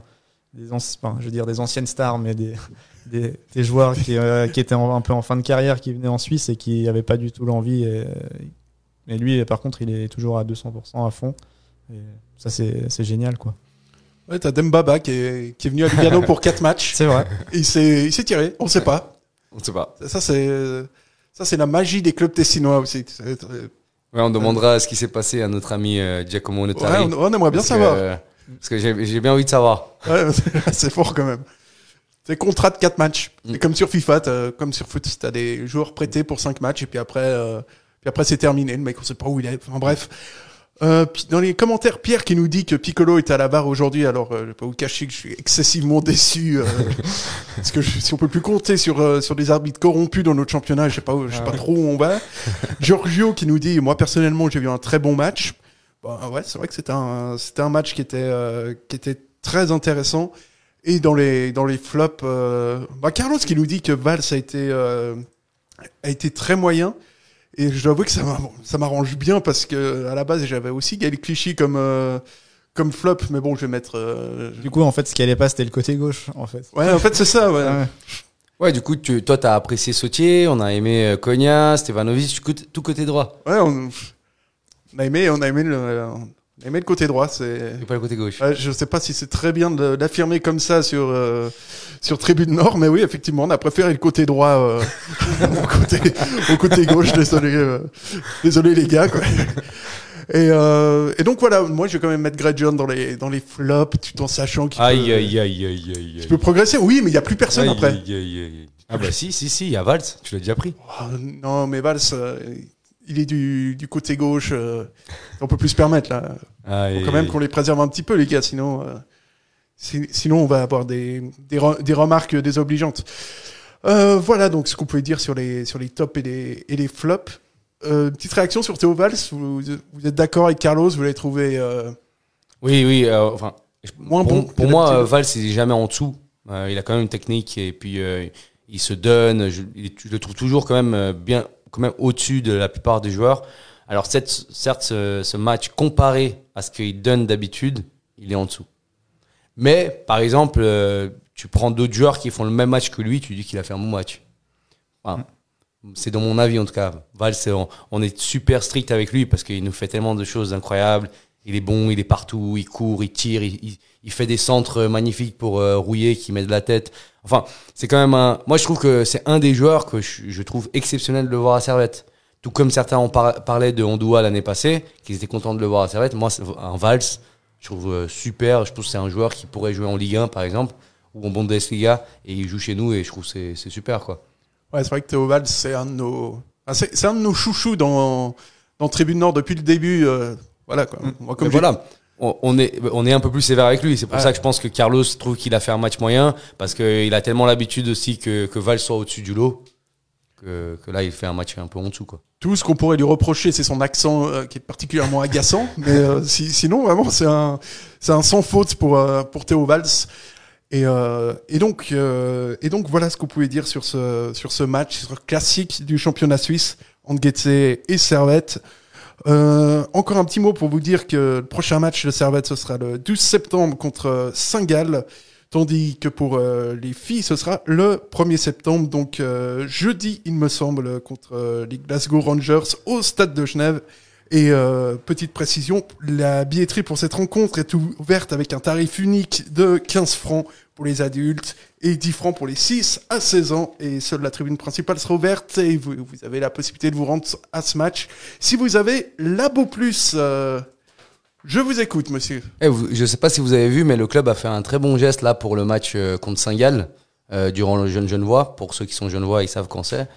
stars, mais des joueurs qui étaient un peu en fin de carrière, qui venaient en Suisse et qui n'avaient pas du tout l'envie. Et lui, par contre, il est toujours à 200% à fond. Et ça, c'est génial, quoi. Ouais, t'as Dembaba qui est venu à Lugano pour 4 matchs. C'est vrai. Et il s'est tiré, on sait pas. On sait pas. Ça, c'est la magie des clubs tessinois aussi. Ouais, on demandera ce qui s'est passé à notre ami Giacomo Notari. Ouais, on aimerait bien savoir. Parce que j'ai bien envie de savoir. Ouais, c'est fort quand même. C'est contrat de 4 matchs. C'est comme sur FIFA, comme sur Foot, t'as des joueurs prêtés pour 5 matchs et puis après c'est terminé. Le mec, on sait pas où il est. Enfin bref. Dans les commentaires, Pierre qui nous dit que Piccolo était à la barre aujourd'hui. Alors, je vais pas vous cacher que je suis excessivement déçu parce que si on peut plus compter sur des arbitres corrompus dans notre championnat, je sais pas trop où on va. Giorgio qui nous dit, moi personnellement, j'ai vu un très bon match. Bah, ouais, c'est vrai que c'était un match qui était très intéressant. Et dans les flops, Carlos qui nous dit que Valls a été très moyen. Et je dois avouer que ça m'arrange bien parce que à la base j'avais aussi Gaël Clichy comme flop, mais bon je vais mettre. Du coup en fait ce qui allait pas c'était le côté gauche en fait. Ouais en fait c'est ça ouais. Ouais du coup toi t'as apprécié Sautier, on a aimé Konya, Stevanovic, tout côté droit. Ouais on a aimé le côté droit, c'est pas le côté gauche. Je sais pas si c'est très bien d'affirmer comme ça sur Tribune Nord, mais oui, effectivement, on a préféré le côté droit au côté gauche. Désolé les gars, quoi. Et donc voilà, moi je vais quand même mettre Greg John dans les flops, tout en sachant qu'il peut progresser. Oui, mais il y a plus personne après. Ah bah si, il y a Valls, tu l'as déjà pris. Oh, non, mais Valls. Il est du côté gauche. On peut plus se permettre là. Faut quand même qu'on les préserve un petit peu les gars, sinon on va avoir des remarques désobligeantes. Voilà donc ce qu'on pouvait dire sur les tops et les flops. Petite réaction sur Théo Valls. Vous êtes d'accord avec Carlos? Vous l'avez trouvé Oui. Enfin, moins bon. Pour moi, Valls il est jamais en dessous. Il a quand même une technique et puis il se donne. Je le trouve toujours quand même bien. Quand même au-dessus de la plupart des joueurs. Alors certes, ce match comparé à ce qu'il donne d'habitude, il est en dessous. Mais par exemple, tu prends d'autres joueurs qui font le même match que lui, tu dis qu'il a fait un bon match. Enfin, c'est dans mon avis en tout cas. Valls, on est super strict avec lui parce qu'il nous fait tellement de choses incroyables. Il est bon, il est partout, il court, il tire, il fait des centres magnifiques pour Rouillé qui met de la tête. Enfin, c'est quand même moi je trouve que c'est un des joueurs que je trouve exceptionnel de le voir à Servette. Tout comme certains ont parlaient de Ondoa l'année passée, qu'ils étaient contents de le voir à Servette. Moi, un Valls, je trouve super. Je trouve que c'est un joueur qui pourrait jouer en Ligue 1 par exemple ou en Bundesliga et il joue chez nous et je trouve que c'est super quoi. Ouais, c'est vrai que Théo Valls, c'est un de nos chouchous dans Tribune Nord depuis le début. Voilà quoi. Moi, comme voilà. On est un peu plus sévère avec lui. C'est pour ça que je pense que Carlos trouve qu'il a fait un match moyen parce qu'il a tellement l'habitude aussi que Valls soit au-dessus du lot que là il fait un match un peu en dessous quoi. Tout ce qu'on pourrait lui reprocher, c'est son accent qui est particulièrement agaçant. Mais sinon vraiment c'est un sans faute pour Théo Valls. Et donc voilà ce qu'on pouvait dire sur ce match classique du championnat suisse entre Getse et Servette. Encore un petit mot pour vous dire que le prochain match de Servette ce sera le 12 septembre contre Saint-Gall, tandis que pour les filles ce sera le 1er septembre, donc jeudi il me semble, contre les Glasgow Rangers au Stade de Genève. Et petite précision, la billetterie pour cette rencontre est ouverte avec un tarif unique de 15 francs pour les adultes et 10 francs pour les 6 à 16 ans. Et seule la tribune principale sera ouverte et vous avez la possibilité de vous rendre à ce match. Si vous avez l'Abo Plus, je vous écoute, monsieur. Je ne sais pas si vous avez vu, mais le club a fait un très bon geste là pour le match contre Saint-Gall durant le Jeune Genevois. Pour ceux qui sont Genevois, ils savent quand c'est.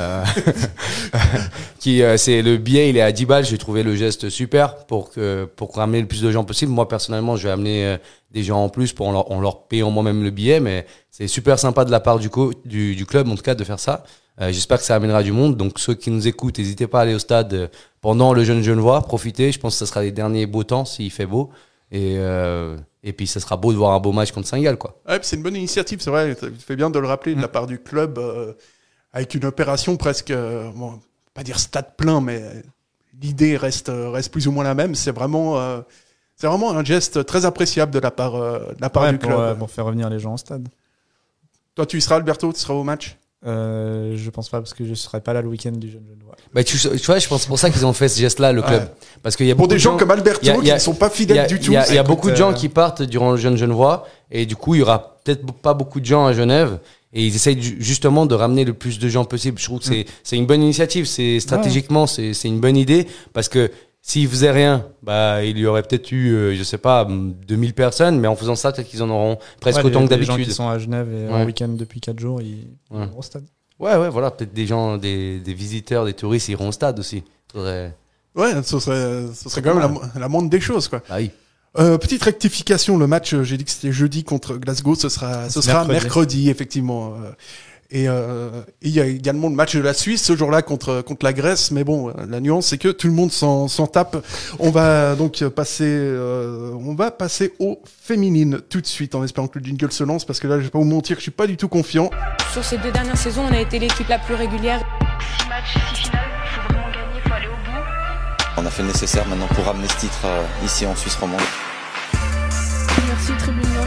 C'est le billet, il est à 10 balles. J'ai trouvé le geste super pour ramener le plus de gens possible. Moi personnellement, je vais amener des gens en plus en leur payant moi-même le billet, mais c'est super sympa de la part du club en tout cas de faire ça. J'espère que ça amènera du monde. Donc ceux qui nous écoutent, n'hésitez pas à aller au stade pendant le Jeune Genevois, profitez. Je pense que ce sera les derniers beaux temps s'il fait beau et puis ça sera beau de voir un beau match contre Saint-Gall, quoi. Ouais, c'est une bonne initiative, c'est vrai. Tu fais bien de le rappeler de la part du club. Avec une opération presque, pas dire stade plein, mais l'idée reste plus ou moins la même. C'est vraiment un geste très appréciable de la part du club. Pour faire revenir les gens au stade. Toi, tu y seras, Alberto? Tu seras au match? Je pense pas, parce que je serai pas là le week-end du Jeune Genevois. Bah, tu vois, je pense c'est pour ça qu'ils ont fait ce geste-là, le club. Parce qu'il y a pour des gens comme Alberto qui ne sont pas fidèles du tout. Il y a beaucoup de gens qui partent durant le Jeune Genevois, et du coup, il y aura peut-être pas beaucoup de gens à Genève. Et ils essayent justement de ramener le plus de gens possible. Je trouve que c'est une bonne initiative. Stratégiquement, c'est une bonne idée. Parce que s'ils faisaient rien, il y aurait peut-être eu, je sais pas, 2000 personnes. Mais en faisant ça, peut-être qu'ils en auront presque autant que d'habitude. Les gens qui sont à Genève et en week-end depuis 4 jours, ils vont au stade. Ouais, voilà. Peut-être des gens, des visiteurs, des touristes, ils iront au stade aussi. Ouais, ce serait quand même la moindre des choses, quoi. Ah oui. Petite rectification, le match, j'ai dit que c'était jeudi contre Glasgow, ce sera mercredi, effectivement. Et il y a également le match de la Suisse ce jour-là contre la Grèce, mais bon, la nuance c'est que tout le monde s'en tape. On va donc passer aux féminines tout de suite, en espérant que le jingle se lance, parce que là, je vais pas vous mentir, je suis pas du tout confiant. Sur ces 2 dernières saisons, on a été l'équipe la plus régulière. 6 matchs, 6 finales, il faut vraiment gagner, il faut aller au bout. On a fait le nécessaire maintenant pour ramener ce titre ici en Suisse romande. Merci Tribune Nord.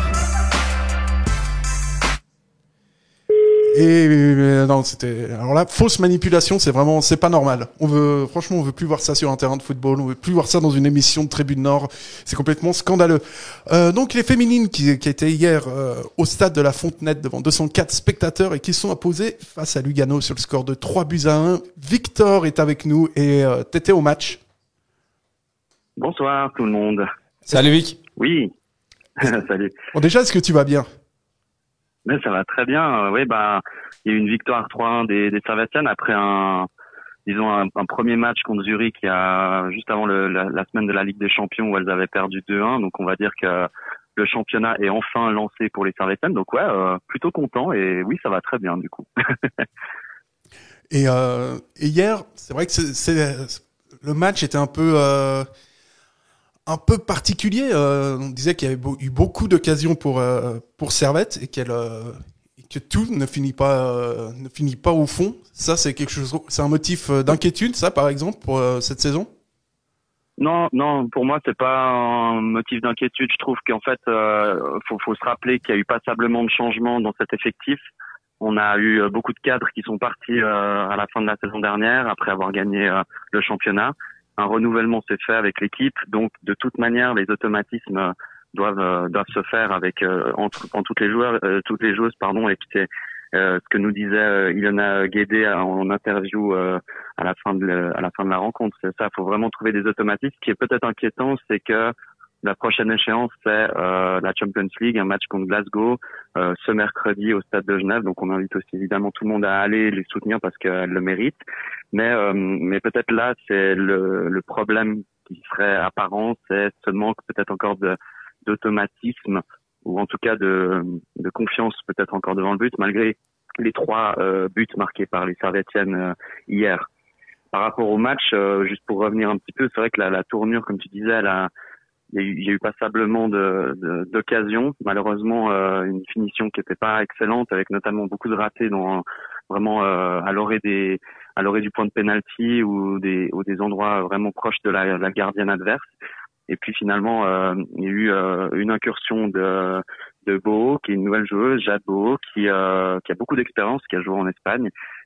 Et non, alors là, fausse manipulation, c'est pas normal. On veut plus voir ça sur un terrain de football, on veut plus voir ça dans une émission de Tribune Nord. C'est complètement scandaleux. Donc les féminines qui étaient hier au stade de la Fontenette devant 204 spectateurs et qui sont imposées face à Lugano sur le score de 3-1. Victor est avec nous et t'étais au match. Bonsoir tout le monde. Salut Vic. Oui. Salut. Bon, déjà, est-ce que tu vas bien? Mais ça va très bien. Oui, il y a eu une victoire 3-1 des Servetiennes après un premier match contre Zurich juste avant la semaine de la Ligue des Champions où elles avaient perdu 2-1. Donc on va dire que le championnat est enfin lancé pour les Servetiennes. Donc ouais, plutôt content et oui, ça va très bien du coup. Et hier, c'est vrai que le match était un peu particulier. On disait qu'il y avait eu beaucoup d'occasions pour Servette et que tout ne finit pas au fond. Ça, c'est c'est un motif d'inquiétude, ça, par exemple, pour cette saison? Non, pour moi, c'est pas un motif d'inquiétude. Je trouve qu'en fait, faut se rappeler qu'il y a eu passablement de changements dans cet effectif. On a eu beaucoup de cadres qui sont partis à la fin de la saison dernière après avoir gagné le championnat. Un renouvellement s'est fait avec l'équipe, donc de toute manière, les automatismes doivent se faire avec entre toutes les joueuses, pardon. Et c'est ce que nous disait Ilona Guédé en interview à la fin de la rencontre. C'est ça, faut vraiment trouver des automatismes. Ce qui est peut-être inquiétant, c'est que la prochaine échéance, c'est la Champions League, un match contre Glasgow ce mercredi au Stade de Genève. Donc on invite aussi évidemment tout le monde à aller les soutenir parce qu'elles le méritent. Mais peut-être là, c'est le problème qui serait apparent, c'est ce manque peut-être encore d'automatisme ou en tout cas de confiance peut-être encore devant le but, malgré les 3 buts marqués par les Servetiennes hier. Par rapport au match, juste pour revenir un petit peu, c'est vrai que la tournure, comme tu disais, il y a eu passablement d'occasions. Malheureusement, une finition qui n'était pas excellente, avec notamment beaucoup de ratés vraiment à l'orée du point de pénalty ou des endroits vraiment proches de la gardienne adverse. Et puis finalement, il y a eu une incursion de Boho, qui est une nouvelle joueuse, Jade Boho, qui a beaucoup d'expérience, qui a joué en Espagne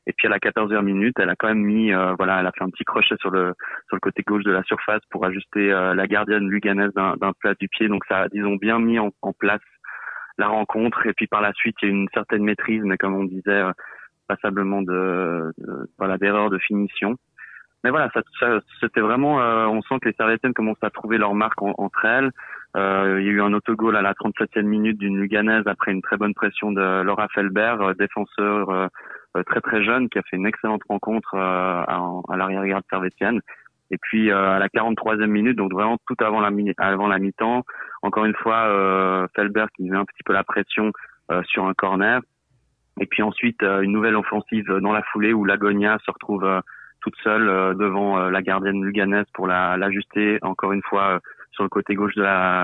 Et puis à la 14e minute, elle a quand même mis, elle a fait un petit crochet sur le côté gauche de la surface pour ajuster la gardienne luganaise d'un plat du pied. Donc ça a, disons, bien mis en place la rencontre. Et puis par la suite, il y a une certaine maîtrise, mais comme on disait, passablement d'erreurs de finition. Mais voilà, ça c'était vraiment, on sent que les Servétiennes commencent à trouver leur marque entre elles. Il y a eu un autogol à la 37e minute d'une Luganaise après une très bonne pression de Laura Felbert, défenseur très très jeune, qui a fait une excellente rencontre à l'arrière-garde servétienne. Et puis à la 43e minute, donc vraiment tout avant la mi-temps, encore une fois Felbert qui met un petit peu la pression sur un corner. Et puis ensuite une nouvelle offensive dans la foulée où Lagonia se retrouve toute seule devant la gardienne luganaise pour l'ajuster encore une fois sur le côté gauche de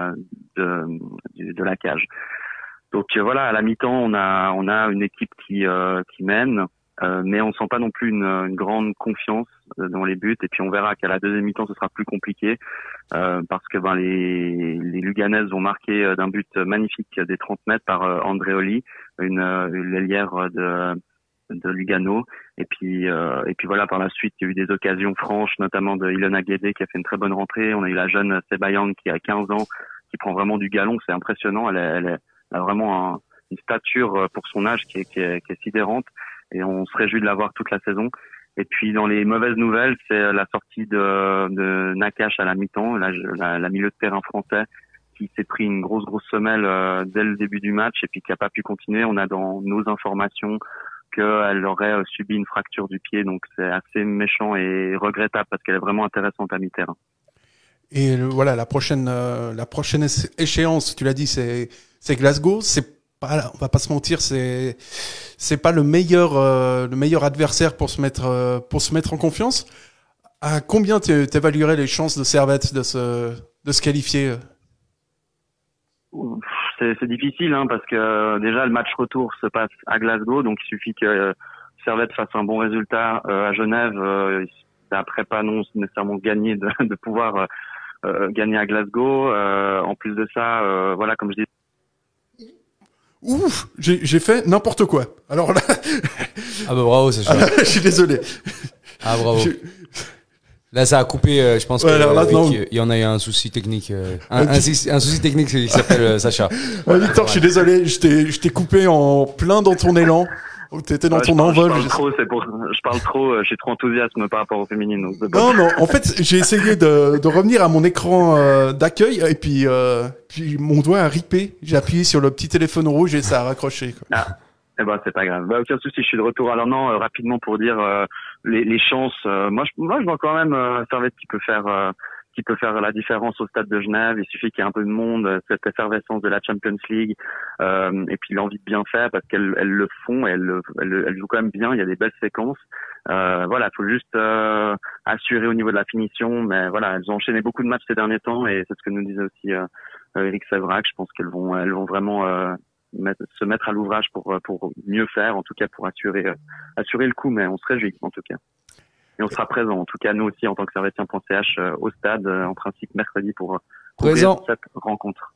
la cage. Donc voilà, à la mi-temps, on a une équipe qui mène, mais on sent pas non plus une grande confiance dans les buts. Et puis on verra qu'à la deuxième mi-temps, ce sera plus compliqué parce que les Luganaises vont marquer d'un but magnifique des 30 mètres par Andreoli, une ailière de Lugano. Et puis voilà, par la suite, il y a eu des occasions franches, notamment de Ilona Guédé qui a fait une très bonne rentrée. On a eu la jeune Sebayang qui a 15 ans, qui prend vraiment du galon. C'est impressionnant. Elle a vraiment une stature pour son âge qui est sidérante. Et on se réjouit de la voir toute la saison. Et puis dans les mauvaises nouvelles, c'est la sortie de Nakache à la mi-temps, la milieu de terrain français, qui s'est pris une grosse semelle dès le début du match et puis qui a pas pu continuer. On a dans nos informations qu'elle aurait subi une fracture du pied, donc c'est assez méchant et regrettable parce qu'elle est vraiment intéressante à mi-terrain. Et voilà, la prochaine échéance, tu l'as dit, c'est Glasgow. On va pas se mentir, c'est pas le meilleur adversaire pour se mettre en confiance. À combien t'évaluerais les chances de Servette de se qualifier? C'est difficile, parce que déjà le match retour se passe à Glasgow, donc il suffit que Servette fasse un bon résultat à Genève. Après pas non nécessairement gagner de pouvoir gagner à Glasgow. En plus de ça, voilà, comme je dis. Ouf, j'ai fait n'importe quoi. Alors là. Ah bah bravo, c'est chouette. Je suis désolé. Ah bravo. Là, ça a coupé. Je pense qu'il y en a eu un souci technique. Un souci technique qui s'appelle Sacha. Victor, je suis désolé. Je t'ai coupé en plein dans ton élan. T'étais dans ton envol. Je parle trop. Je suis trop enthousiaste par rapport aux féminines. Donc non. En fait, j'ai essayé de revenir à mon écran d'accueil et puis mon doigt a ripé. J'ai appuyé sur le petit téléphone rouge et ça a raccroché, quoi. Ah. Eh ben c'est pas grave. Aucun souci, je suis de retour. Alors non, rapidement pour dire les chances. Moi je vois quand même Servette qui peut faire la différence au stade de Genève. Il suffit qu'il y ait un peu de monde, cette effervescence de la Champions League, et puis l'envie de bien faire parce qu'elles le font. Elles jouent quand même bien. Il y a des belles séquences. Voilà, faut juste assurer au niveau de la finition. Mais voilà, elles ont enchaîné beaucoup de matchs ces derniers temps et c'est ce que nous disait aussi Eric Sévrac. Je pense qu'elles vont vraiment se mettre à l'ouvrage pour mieux faire, en tout cas pour assurer le coup, mais on se réjouit en tout cas. Et on sera présent, en tout cas nous aussi en tant que servetien.ch au stade, en principe mercredi pour présent cette rencontre.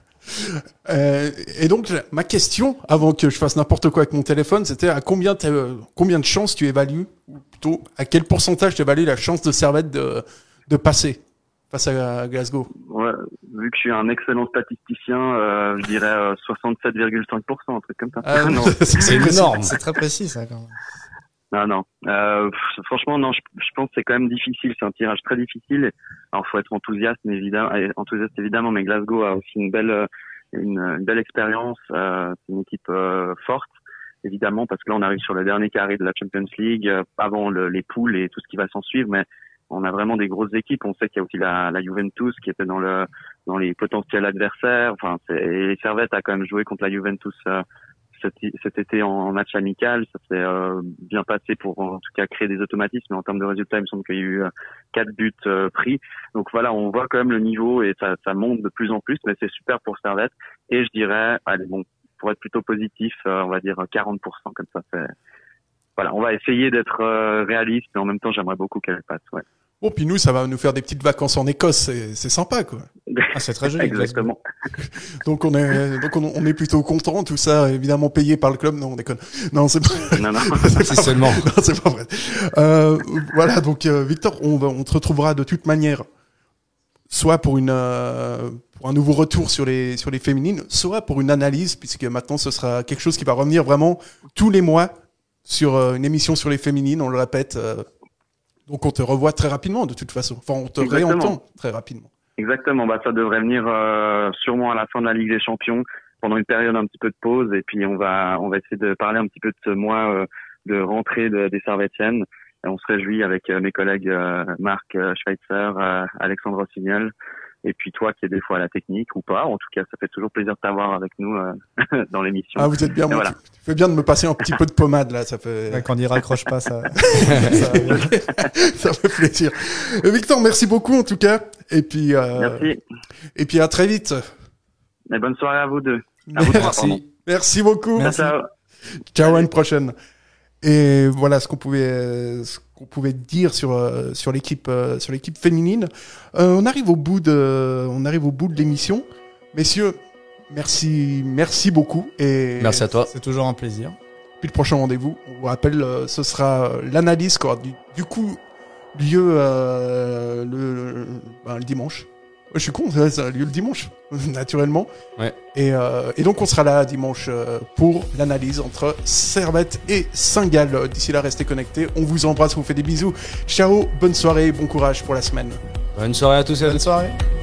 Et donc ma question, avant que je fasse n'importe quoi avec mon téléphone, c'était à combien de chances tu évalues, ou plutôt à quel pourcentage tu évalues la chance de Servette de passer face à Glasgow? Ouais, vu que je suis un excellent statisticien, je dirais 67,5%, un truc comme ça. Ah, non, c'est énorme. C'est très précis, ça, quand même. Non. Franchement, non, je pense que c'est quand même difficile. C'est un tirage très difficile. Alors, faut être enthousiaste évidemment, mais Glasgow a aussi une belle expérience. C'est une équipe forte, évidemment, parce que là, on arrive sur le dernier carré de la Champions League, avant les poules et tout ce qui va s'en suivre, mais on a vraiment des grosses équipes. On sait qu'il y a aussi la Juventus qui était dans les potentiels adversaires. Enfin, et Servette a quand même joué contre la Juventus cet été en match amical. Ça s'est bien passé pour en tout cas créer des automatismes. Mais en termes de résultats, il me semble qu'il y a eu 4 buts pris. Donc voilà, on voit quand même le niveau et ça monte de plus en plus. Mais c'est super pour Servette. Et je dirais, allez, bon, pour être plutôt positif, on va dire 40%, comme ça. Voilà, on va essayer d'être réaliste, mais en même temps, j'aimerais beaucoup qu'elle passe. Ouais. Bon, puis nous, ça va nous faire des petites vacances en Écosse, c'est sympa, quoi. Ah, c'est très joli. Exactement. Donc on est plutôt content, tout ça évidemment payé par le club. Non, on déconne. Non, c'est pas. Non. C'est seulement. Non, c'est pas vrai. Voilà, donc Victor, on te retrouvera de toute manière, soit pour un nouveau retour sur les féminines, soit pour une analyse, puisque maintenant ce sera quelque chose qui va revenir vraiment tous les mois sur une émission sur les féminines. On le répète. Donc on te revoit très rapidement de toute façon. Enfin, on te réentend très rapidement. Exactement. Ça devrait venir sûrement à la fin de la Ligue des Champions, pendant une période un petit peu de pause, et puis on va essayer de parler un petit peu de ce mois de rentrée des Servetiennes. Et on se réjouit avec mes collègues Marc Schweitzer, Alexandre Rossignol, et puis toi qui es des fois à la technique ou pas. En tout cas, ça fait toujours plaisir de t'avoir avec nous dans l'émission. Ah, vous êtes bien. Voilà. Tu fais bien de me passer un petit peu de pommade là. Ça fait. Ouais, quand il raccroche pas, ça. Ça fait plaisir. Et Victor, merci beaucoup en tout cas. Et puis. Merci. Et puis à très vite. Et bonne soirée à vous deux. Merci. Merci beaucoup. Merci. Ciao, à une prochaine. Et voilà ce qu'on pouvait dire sur l'équipe féminine. On arrive au bout de l'émission. Messieurs, merci beaucoup et merci à toi. C'est toujours un plaisir. Puis le prochain rendez-vous, on vous rappelle, ce sera l'analyse qui aura du coup lieu le dimanche. Je suis con, ça a lieu le dimanche, naturellement. Ouais. Et donc on sera là dimanche pour l'analyse entre Servette et Saint-Gall. D'ici là, restez connectés. On vous embrasse, on vous fait des bisous. Ciao, bonne soirée, bon courage pour la semaine. Bonne soirée à tous et à toutes. Bonne soirée.